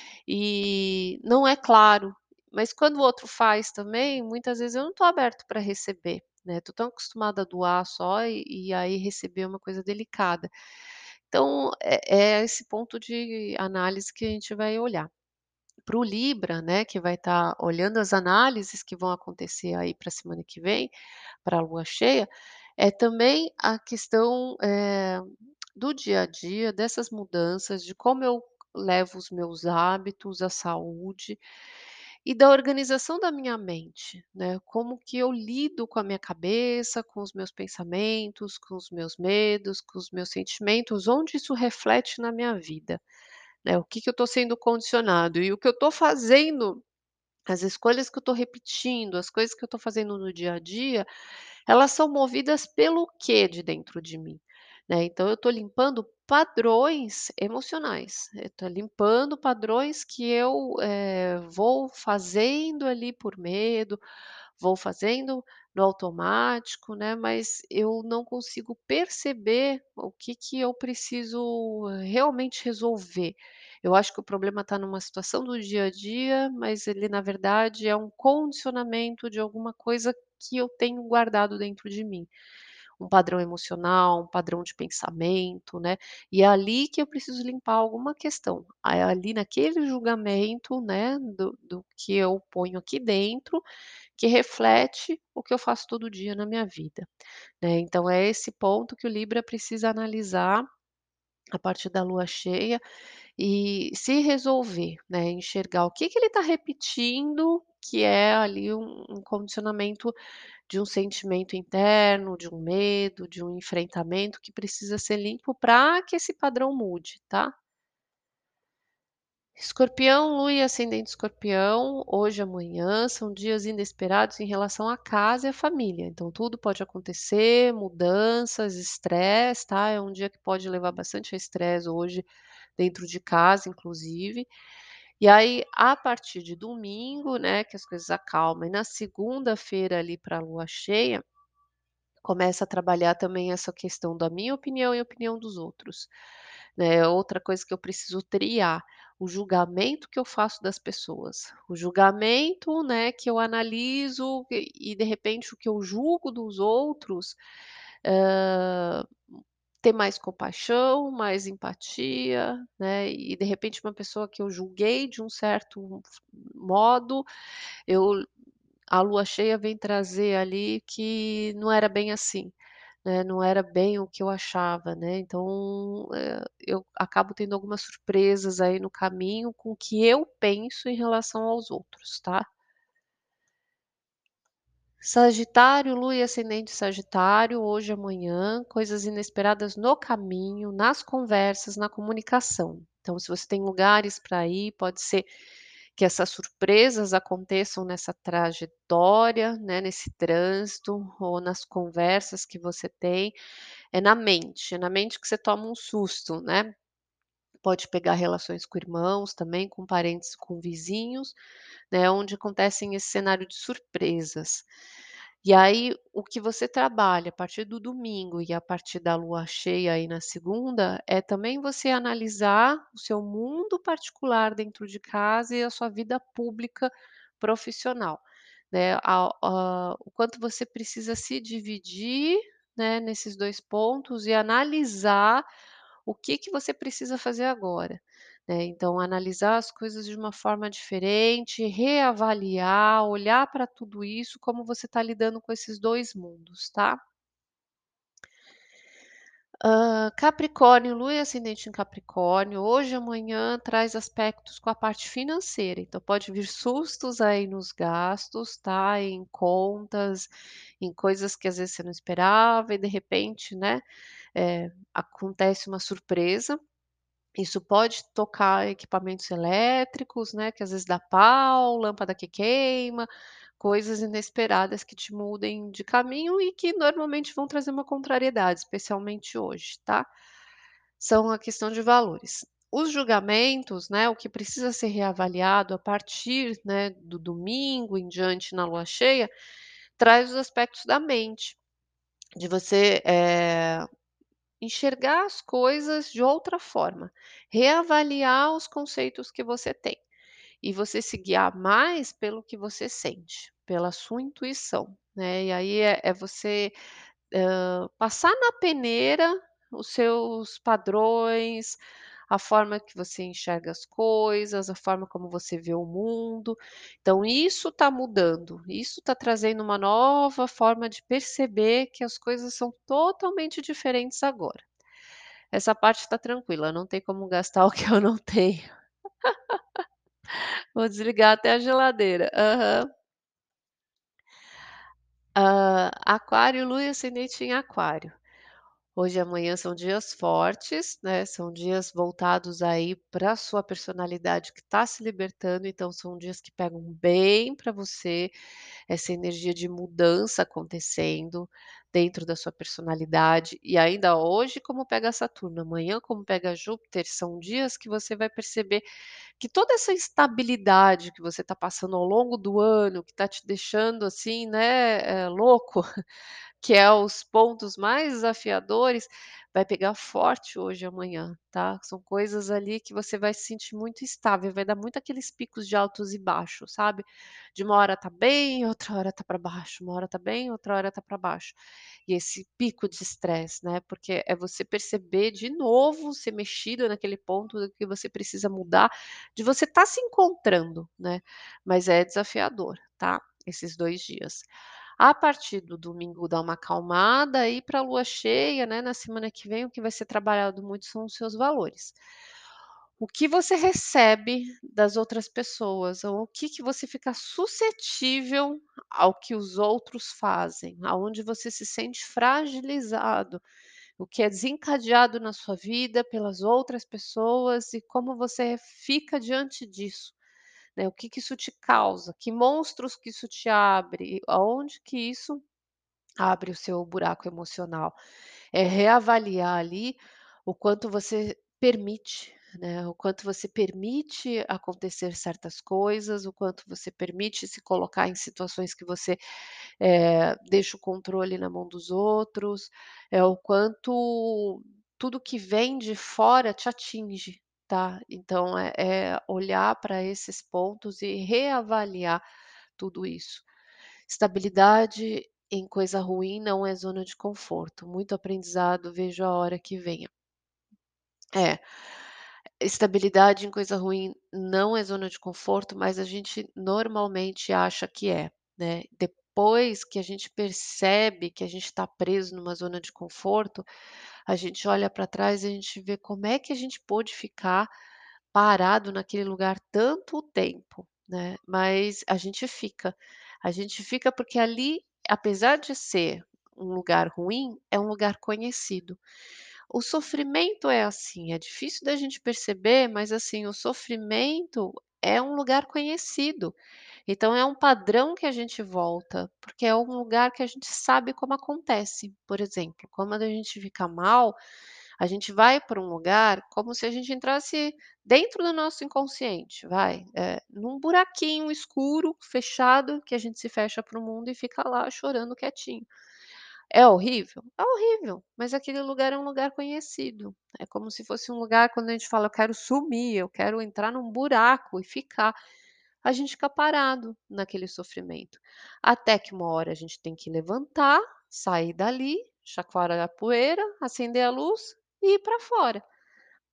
E não é claro, mas quando o outro faz também, muitas vezes eu não tô aberto para receber, né, tô tão acostumada a doar só e e aí receber é uma coisa delicada. Então é é esse ponto de análise que a gente vai olhar. Para o Libra, né, que vai estar olhando as análises que vão acontecer aí para a semana que vem, para a lua cheia, é também a questão, eh, do dia a dia, dessas mudanças, de como eu levo os meus hábitos, a saúde e da organização da minha mente, né, como que eu lido com a minha cabeça, com os meus pensamentos, com os meus medos, com os meus sentimentos, onde isso reflete na minha vida, né, o que que eu estou sendo condicionado e o que eu estou fazendo, as escolhas que eu estou repetindo, as coisas que eu estou fazendo no dia a dia, elas são movidas pelo quê de dentro de mim, né. Então eu estou limpando padrões emocionais, eu estou limpando padrões que eu, eh, vou fazendo ali por medo, vou fazendo no automático, né, mas eu não consigo perceber o que que eu preciso realmente resolver. Eu acho que o problema está numa situação do dia a dia, mas ele na verdade é um condicionamento de alguma coisa que eu tenho guardado dentro de mim. Um padrão emocional, um padrão de pensamento, né, e é ali que eu preciso limpar alguma questão. É ali naquele julgamento, né, do do que eu ponho aqui dentro, que reflete o que eu faço todo dia na minha vida, né. Então é esse ponto que o Libra precisa analisar a partir da lua cheia e se resolver, né, enxergar o que que ele está repetindo, que é ali um um condicionamento de um sentimento interno, de um medo, de um enfrentamento que precisa ser limpo para que esse padrão mude, tá? Escorpião, lua e ascendente escorpião, hoje e amanhã são dias inesperados em relação à casa e à família. Então, tudo pode acontecer, mudanças, estresse, tá? É um dia que pode levar bastante a estresse hoje, dentro de casa, inclusive. E aí, a partir de domingo, né, que as coisas acalmam, e na segunda-feira, ali para a lua cheia, começa a trabalhar também essa questão da minha opinião e a opinião dos outros, né. Outra coisa que eu preciso triar, o julgamento que eu faço das pessoas. O julgamento, né, que eu analiso e e de repente o que eu julgo dos outros, hã, ter mais compaixão, mais empatia, né, e de repente uma pessoa que eu julguei de um certo modo, eu a lua cheia vem trazer ali que não era bem assim, né, não era bem o que eu achava, né, então, eh, eu acabo tendo algumas surpresas aí no caminho com o que eu penso em relação aos outros, tá. Sagitário, lua e ascendente Sagitário, hoje e amanhã, coisas inesperadas no caminho, nas conversas, na comunicação. Então, se você tem lugares para ir, pode ser que essas surpresas aconteçam nessa trajetória, né, nesse trânsito ou nas conversas que você tem. É na mente, é na mente que você toma um susto, né. Pode pegar relações com irmãos também, com parentes, com vizinhos, né, onde acontecem esse cenário de surpresas. E aí, o que você trabalha a partir do domingo e a partir da lua cheia aí na segunda, é também você analisar o seu mundo particular dentro de casa e a sua vida pública profissional, né, a a o quanto você precisa se dividir, né, nesses dois pontos e analisar o que que você precisa fazer agora, né. Então analisar as coisas de uma forma diferente, reavaliar, olhar para tudo isso, como você está lidando com esses dois mundos, tá. Hã, Capricórnio, lua e ascendente em Capricórnio, hoje e amanhã traz aspectos com a parte financeira, então pode vir sustos aí nos gastos, tá, em contas, em coisas que às vezes você não esperava e de repente, né, eh, acontece uma surpresa. Isso pode tocar equipamentos elétricos, né, que às vezes dá pau, lâmpada que queima, coisas inesperadas que te mudem de caminho e que normalmente vão trazer uma contrariedade, especialmente hoje, tá. São a questão de valores. Os julgamentos, né, o que precisa ser reavaliado a partir, né, do domingo em diante na lua cheia, traz os aspectos da mente, de você, eh enxergar as coisas de outra forma, reavaliar os conceitos que você tem e você se guiar mais pelo que você sente, pela sua intuição, né. E aí é é você, hã, passar na peneira os seus padrões, a forma que você enxerga as coisas, a forma como você vê o mundo. Então isso está mudando, isso está trazendo uma nova forma de perceber que as coisas são totalmente diferentes agora. Essa parte está tranquila, não tem como gastar o que eu não tenho. Vou desligar até a geladeira. Aham. Hã, aquário, lua e ascendente em aquário. Hoje e amanhã são dias fortes, né, são dias voltados aí para a sua personalidade que está se libertando, então são dias que pegam bem para você, essa energia de mudança acontecendo dentro da sua personalidade. E ainda hoje como pega Saturno, amanhã como pega Júpiter, são dias que você vai perceber que toda essa instabilidade que você está passando ao longo do ano, que está te deixando assim, né, eh, louco, que é os pontos mais desafiadores, vai pegar forte hoje e amanhã, tá. São coisas ali que você vai se sentir muito instável, vai dar muito aqueles picos de altos e baixos, sabe. De uma hora tá bem, outra hora tá para baixo, uma hora tá bem, outra hora tá para baixo. E esse pico de estresse, né, porque é você perceber de novo, ser mexida naquele ponto do que você precisa mudar, de você estar se encontrando, né. Mas é desafiador, tá, esses dois dias. A partir do domingo dá uma acalmada, e para a lua cheia, né, na semana que vem, o que vai ser trabalhado muito são os seus valores. O que você recebe das outras pessoas, ou o que que você fica suscetível ao que os outros fazem, aonde você se sente fragilizado, o que é desencadeado na sua vida pelas outras pessoas e como você fica diante disso, né, o que que isso te causa, que monstros que isso te abre, aonde que isso abre o seu buraco emocional. É reavaliar ali o quanto você permite, né, o quanto você permite acontecer certas coisas, o quanto você permite se colocar em situações que você, eh, deixa o controle na mão dos outros, é o quanto tudo que vem de fora te atinge, tá. Então é é olhar para esses pontos e reavaliar tudo isso. Estabilidade em coisa ruim não é zona de conforto, muito aprendizado, vejo a hora que venha. É, estabilidade em coisa ruim não é zona de conforto, mas a gente normalmente acha que é, né. Depois que a gente percebe que a gente está preso numa zona de conforto, a gente olha para trás e a gente vê como é que a gente pôde ficar parado naquele lugar tanto tempo, né, mas a gente fica. A gente fica porque ali, apesar de ser um lugar ruim, é um lugar conhecido. O sofrimento é assim, é difícil da gente perceber, mas assim, o sofrimento é um lugar conhecido. Então é um padrão que a gente volta, porque é um lugar que a gente sabe como acontece. Por exemplo, quando a gente fica mal, a gente vai para um lugar como se a gente entrasse dentro do nosso inconsciente, vai, eh, num buraquinho escuro, fechado, que a gente se fecha para o mundo e fica lá chorando quietinho. É horrível? É horrível, mas aquele lugar é um lugar conhecido. É como se fosse um lugar quando a gente fala: "Eu quero sumir, eu quero entrar num buraco e ficar", a gente fica parado naquele sofrimento. Até que uma hora a gente tem que levantar, sair dali, chacoalhar a poeira, acender a luz e ir para fora.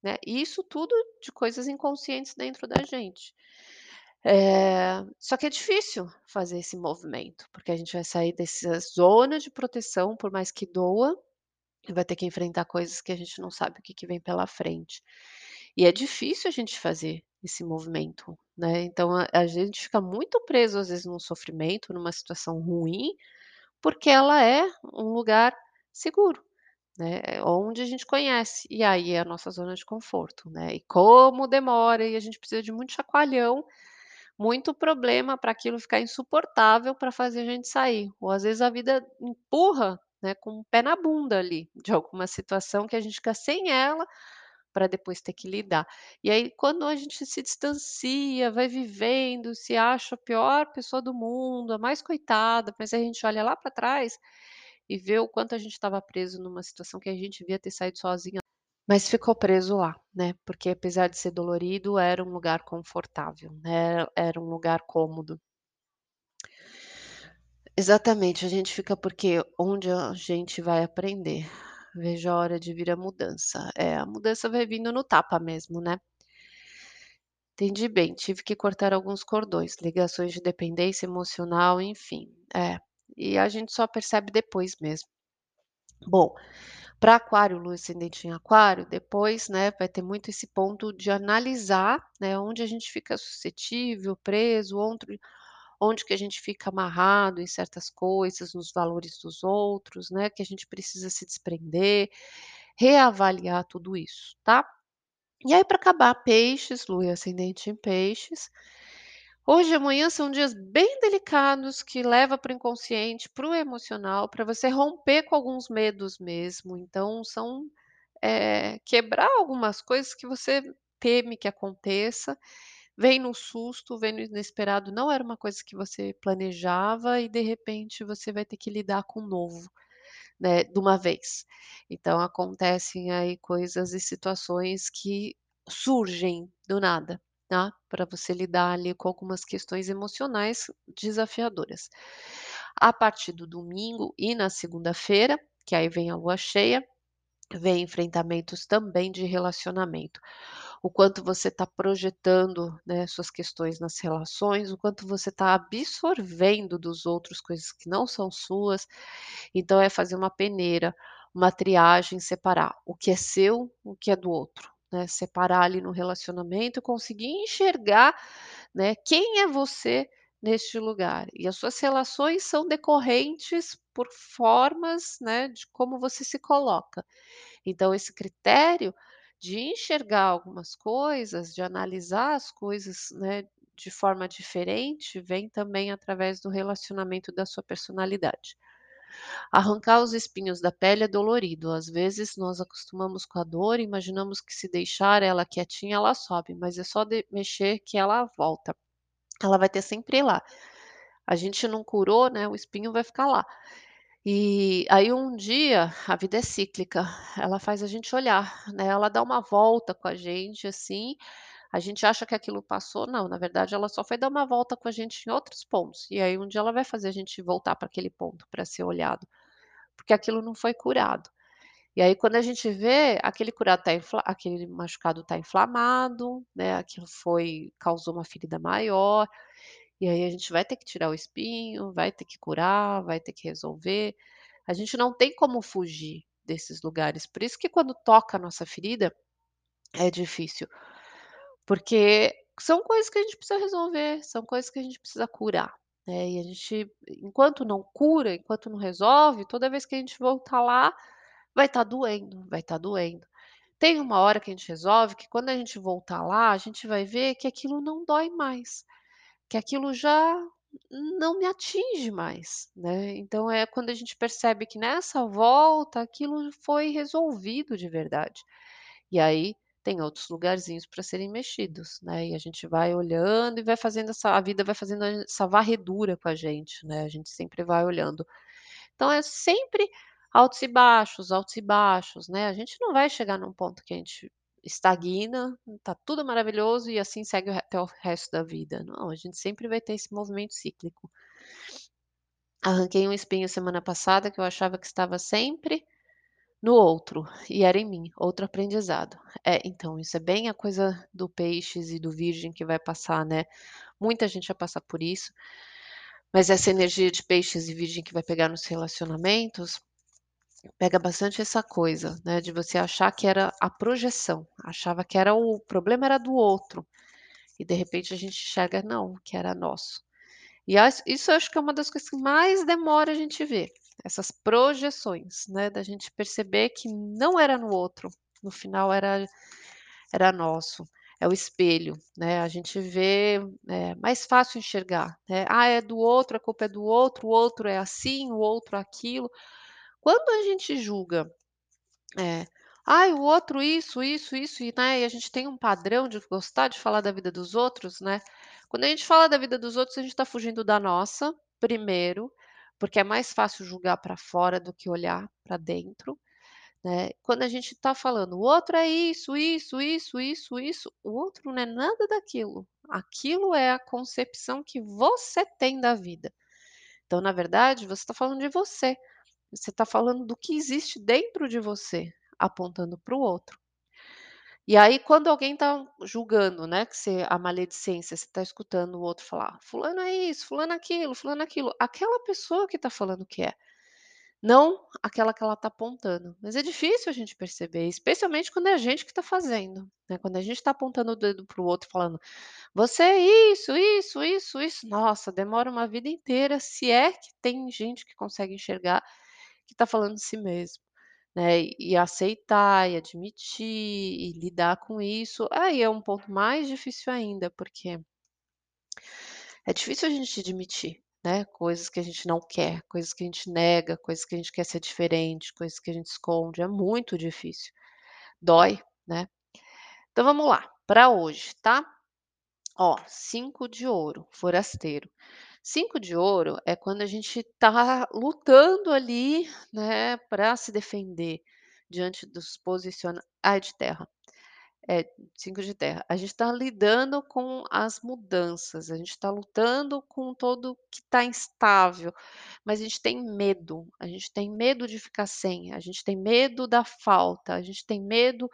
né, e isso tudo de coisas inconscientes dentro da gente. Eh, só que é difícil fazer esse movimento, porque a gente vai sair dessa zona de proteção, por mais que doa, e vai ter que enfrentar coisas que a gente não sabe o que que vem pela frente. E é difícil a gente fazer esse movimento, né, então a a gente fica muito preso, às vezes, num sofrimento, numa situação ruim, porque ela é um lugar seguro, né, é onde a gente conhece, e aí é a nossa zona de conforto, né, e como demora e a gente precisa de muito chacoalhão, muito problema para aquilo ficar insuportável para fazer a gente sair, ou às vezes a vida empurra, né, com o pé na bunda ali, de alguma situação que a gente fica sem ela, para depois ter que lidar. E aí quando a gente se distancia, vai vivendo, se acha a pior pessoa do mundo, a mais coitada, mas a gente olha lá para trás, e vê o quanto a gente estava preso numa situação que a gente devia ter saído sozinha, mas ficou preso lá, né, porque apesar de ser dolorido, era um lugar confortável, né, era um lugar cômodo. Exatamente, a gente fica porque onde a gente vai aprender. Vejo a hora de vir a mudança. É, a mudança vai vindo no tapa mesmo, né. Entendi bem, tive que cortar alguns cordões, ligações de dependência emocional, enfim. É, e a gente só percebe depois mesmo. Bom, para aquário, lua ascendente em aquário, depois, né, vai ter muito esse ponto de analisar, né, onde a gente fica suscetível, preso, onde onde que a gente fica amarrado em certas coisas, nos valores dos outros, né, que a gente precisa se desprender, reavaliar tudo isso, tá. E aí para acabar, peixes, lua e ascendente em peixes. Hoje e amanhã são dias bem delicados que leva para o inconsciente, para o emocional, para você romper com alguns medos mesmo, então são, eh, quebrar algumas coisas que você teme que aconteça, vem no susto, vem no inesperado, não era uma coisa que você planejava e de repente você vai ter que lidar com o novo, né, de uma vez. Então acontecem aí coisas e situações que surgem do nada, tá, para você lidar ali com algumas questões emocionais desafiadoras. A partir do domingo e na segunda-feira, que aí vem a lua cheia, vem enfrentamentos também de relacionamento. O quanto você está projetando, né, suas questões nas relações, o quanto você está absorvendo dos outros coisas que não são suas, então é fazer uma peneira, uma triagem, separar o que é seu, o que é do outro, né, separar ali no relacionamento, conseguir enxergar, né, quem é você neste lugar. E as suas relações são decorrentes por formas, né, de como você se coloca. Então esse critério de enxergar algumas coisas, de analisar as coisas, né, de forma diferente, vem também através do relacionamento da sua personalidade. Arrancar os espinhos da pele é dolorido, às vezes nós acostumamos com a dor e imaginamos que se deixar ela quietinha, ela sobe, mas é só de mexer que ela volta. Ela vai ter sempre ir lá. A gente não curou, né, o espinho vai ficar lá. E aí um dia, a vida é cíclica, ela faz a gente olhar, né, ela dá uma volta com a gente, assim, a gente acha que aquilo passou, não, na verdade ela só foi dar uma volta com a gente em outros pontos, e aí um dia ela vai fazer a gente voltar para aquele ponto para ser olhado, porque aquilo não foi curado. E aí quando a gente vê, aquele curado tá infla aquele machucado está inflamado, né, aquilo foi causou uma ferida maior, e aí a gente vai ter que tirar o espinho, vai ter que curar, vai ter que resolver. A gente não tem como fugir desses lugares, por isso que quando toca a nossa ferida, é difícil, porque são coisas que a gente precisa resolver, são coisas que a gente precisa curar, né, e a gente enquanto não cura, enquanto não resolve, toda vez que a gente voltar lá, vai estar doendo, vai estar doendo. Tem uma hora que a gente resolve que quando a gente voltar lá, a gente vai ver que aquilo não dói mais, que aquilo já não me atinge mais, né. Então é quando a gente percebe que nessa volta aquilo foi resolvido de verdade. E aí tem outros lugarzinhos para serem mexidos, né, e a gente vai olhando e vai fazendo essa a vida vai fazendo essa varredura com a gente, né, a gente sempre vai olhando. Então é sempre altos e baixos, altos e baixos, né, a gente não vai chegar num ponto que a gente estagna, tá tudo maravilhoso e assim segue o re até o resto da vida, não, a gente sempre vai ter esse movimento cíclico. Arranquei um espinho semana passada que eu achava que estava sempre no outro, e era em mim, outro aprendizado. É, então, isso é bem a coisa do peixes e do virgem que vai passar, né. Muita gente vai passar por isso, mas essa energia de peixes e virgem que vai pegar nos relacionamentos, pega bastante essa coisa, né, de você achar que era a projeção, achava que era o problema era do outro, e de repente a gente enxerga não, que era nosso. E as isso eu acho que é uma das coisas que mais demora a gente ver, essas projeções, né, da gente perceber que não era no outro, no final era era nosso, é o espelho, né, a gente vê, é mais fácil enxergar, né, "Ah, é do outro, a culpa é do outro, o outro é assim, o outro aquilo". Quando a gente julga, é, "Ai, o outro isso, isso, isso", e, né, e a gente tem um padrão de gostar de falar da vida dos outros, né, quando a gente fala da vida dos outros, a gente está fugindo da nossa, primeiro, porque é mais fácil julgar para fora do que olhar para dentro. Né, quando a gente está falando: "O outro é isso, isso, isso, isso, isso", o outro não é nada daquilo. Aquilo é a concepção que você tem da vida. Então, na verdade, você está falando de você. Você está falando do que existe dentro de você, apontando para o outro. E aí, quando alguém está julgando, né, que você a maledicência, você está escutando o outro falar: "Fulano é isso, fulano é aquilo, fulano é aquilo", aquela pessoa que está falando que é. Não aquela que ela está apontando, mas é difícil a gente perceber, especialmente quando é a gente que está fazendo, né, quando a gente está apontando o dedo para o outro falando: "Você é isso, isso, isso, isso", nossa, demora uma vida inteira, se é que tem gente que consegue enxergar que está falando de si mesmo, né, e e aceitar e admitir e lidar com isso, aí é um ponto mais difícil ainda, porque é difícil a gente admitir, né, coisas que a gente não quer, coisas que a gente nega, coisas que a gente quer ser diferente, coisas que a gente esconde, é muito difícil. Dói, né. Então vamos lá, para hoje, tá. Ó, cinco de ouro, forasteiro. Cinco de ouro é quando a gente tá lutando ali, né, para se defender diante dos posiciona ai, de terra. É, cinco de terra. A gente está lidando com as mudanças, a gente está lutando com todo que está instável, mas a gente tem medo, a gente tem medo de ficar sem, a gente tem medo da falta, a gente tem medo,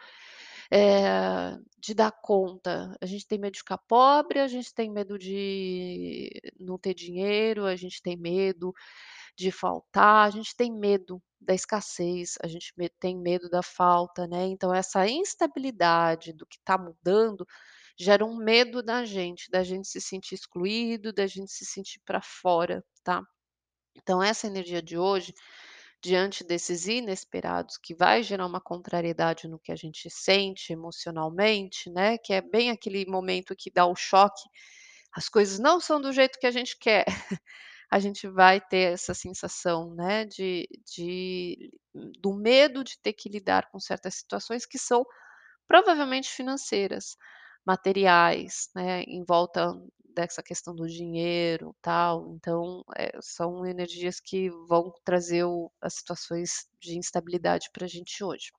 eh, de dar conta, a gente tem medo de ficar pobre, a gente tem medo de não ter dinheiro, a gente tem medo de faltar, a gente tem medo da escassez, a gente me tem medo da falta, né, então essa instabilidade do que está mudando, gera um medo da gente, da gente se sentir excluído, da gente se sentir para fora, tá. Então essa energia de hoje, diante desses inesperados, que vai gerar uma contrariedade no que a gente sente emocionalmente, né, que é bem aquele momento que dá o choque, as coisas não são do jeito que a gente quer. A gente vai ter essa sensação, né, de de do medo de ter que lidar com certas situações que são provavelmente financeiras, materiais, né, em volta dessa questão do dinheiro, tal. Então, eh, são energias que vão trazer o as situações de instabilidade para a gente hoje.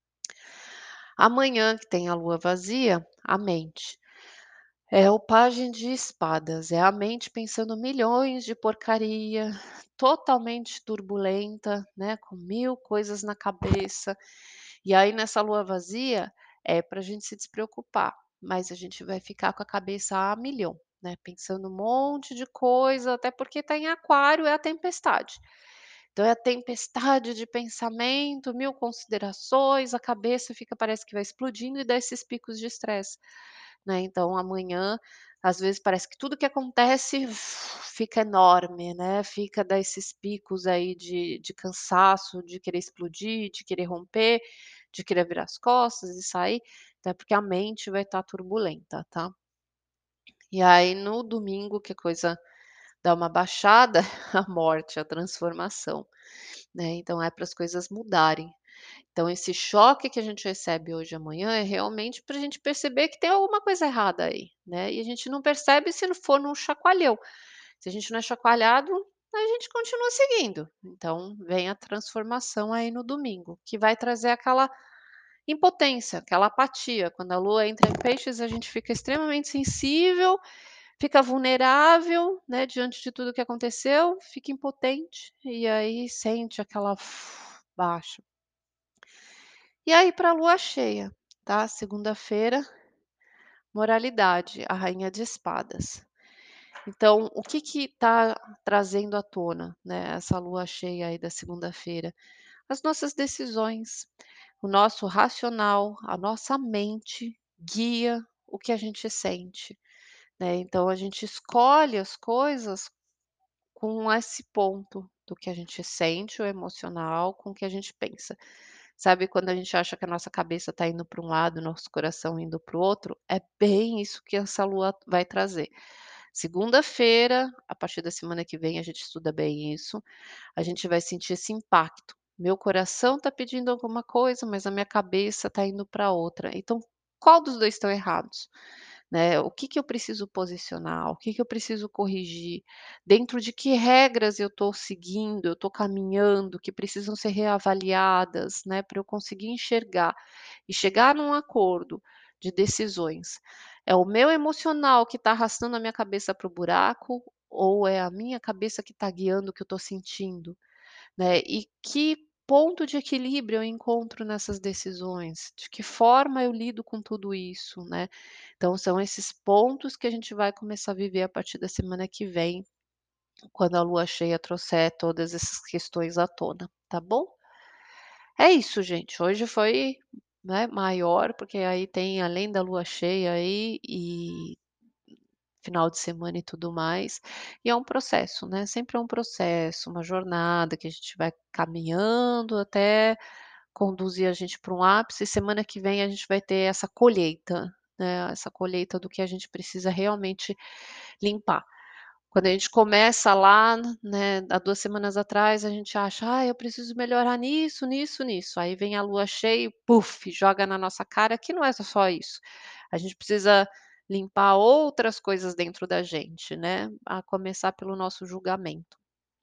Amanhã, que tem a lua vazia, a mente. É o pajem de espadas, é a mente pensando milhões de porcaria, totalmente turbulenta, né, com mil coisas na cabeça. E aí nessa lua vazia, é para a gente se despreocupar, mas a gente vai ficar com a cabeça a milhão, né, pensando um monte de coisa, até porque está em aquário, é a tempestade. Então é a tempestade de pensamento, mil considerações, a cabeça fica parece que vai explodindo e dá esses picos de estresse, né. Então amanhã, às vezes parece que tudo que acontece fica enorme, né, fica dá esses picos aí de de cansaço, de querer explodir, de querer romper, de querer virar as costas e sair, até porque a mente vai estar turbulenta, tá. E aí no domingo que a coisa dá uma baixada, a morte, a transformação, né, então é para as coisas mudarem. Então esse choque que a gente recebe hoje e amanhã é realmente para a gente perceber que tem alguma coisa errada aí, né, e a gente não percebe se não for num chacoalhão. Se a gente não é chacoalhado, a gente continua seguindo. Então vem a transformação aí no domingo, que vai trazer aquela impotência, aquela apatia. Quando a lua entra em peixes, a gente fica extremamente sensível, fica vulnerável, né, diante de tudo que aconteceu, fica impotente, e aí sente aquela baixa. E aí para a lua cheia, tá, segunda-feira, moralidade, a rainha de espadas. Então, o que que tá trazendo à tona, né, essa lua cheia aí da segunda-feira? As nossas decisões, o nosso racional, a nossa mente guia o que a gente sente, né, então a gente escolhe as coisas com esse ponto do que a gente sente, o emocional, com o que a gente pensa. Sabe quando a gente acha que a nossa cabeça está indo para um lado, nosso coração indo para o outro? É bem isso que essa lua vai trazer. Segunda-feira, a partir da semana que vem, a gente estuda bem isso, a gente vai sentir esse impacto. Meu coração está pedindo alguma coisa, mas a minha cabeça está indo para outra. Então, qual dos dois estão errados? Né, o que que eu preciso posicionar, o que que eu preciso corrigir, dentro de que regras eu estou seguindo, eu estou caminhando, que precisam ser reavaliadas, né, para eu conseguir enxergar e chegar num acordo de decisões. É o meu emocional que está arrastando a minha cabeça para o buraco ou é a minha cabeça que está guiando o que eu estou sentindo? Né, e que ponto de equilíbrio eu encontro nessas decisões? De que forma eu lido com tudo isso, né? Então são esses pontos que a gente vai começar a viver a partir da semana que vem, quando a lua cheia trouxer todas essas questões à tona, tá bom? É isso, gente. Hoje foi, né, maior, porque aí tem além da lua cheia aí e final de semana e tudo mais, e é um processo, né, sempre é um processo, uma jornada que a gente vai caminhando até conduzir a gente para um ápice, e semana que vem a gente vai ter essa colheita, né, essa colheita do que a gente precisa realmente limpar. Quando a gente começa lá, né, há duas semanas atrás, a gente acha: "Ah, eu preciso melhorar nisso, nisso, nisso", aí vem a lua cheia e puf, joga na nossa cara que não é só isso. A gente precisa limpar outras coisas dentro da gente, né, a começar pelo nosso julgamento.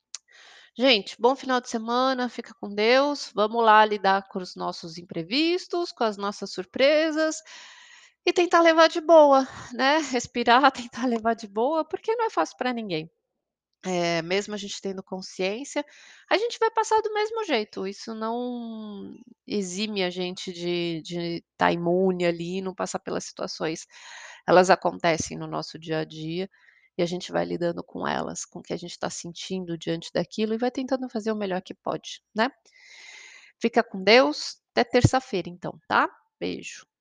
Gente, bom final de semana, fica com Deus, vamos lá lidar com os nossos imprevistos, com as nossas surpresas e tentar levar de boa, né, respirar, tentar levar de boa, porque não é fácil para ninguém. Eh, mesmo a gente tendo consciência, a gente vai passar do mesmo jeito, isso não exime a gente de de estar imune ali e não passar pelas situações. Elas acontecem no nosso dia a dia, e a gente vai lidando com elas, com o que a gente está sentindo diante daquilo e vai tentando fazer o melhor que pode, né. Fica com Deus, até terça-feira então, tá. Beijo.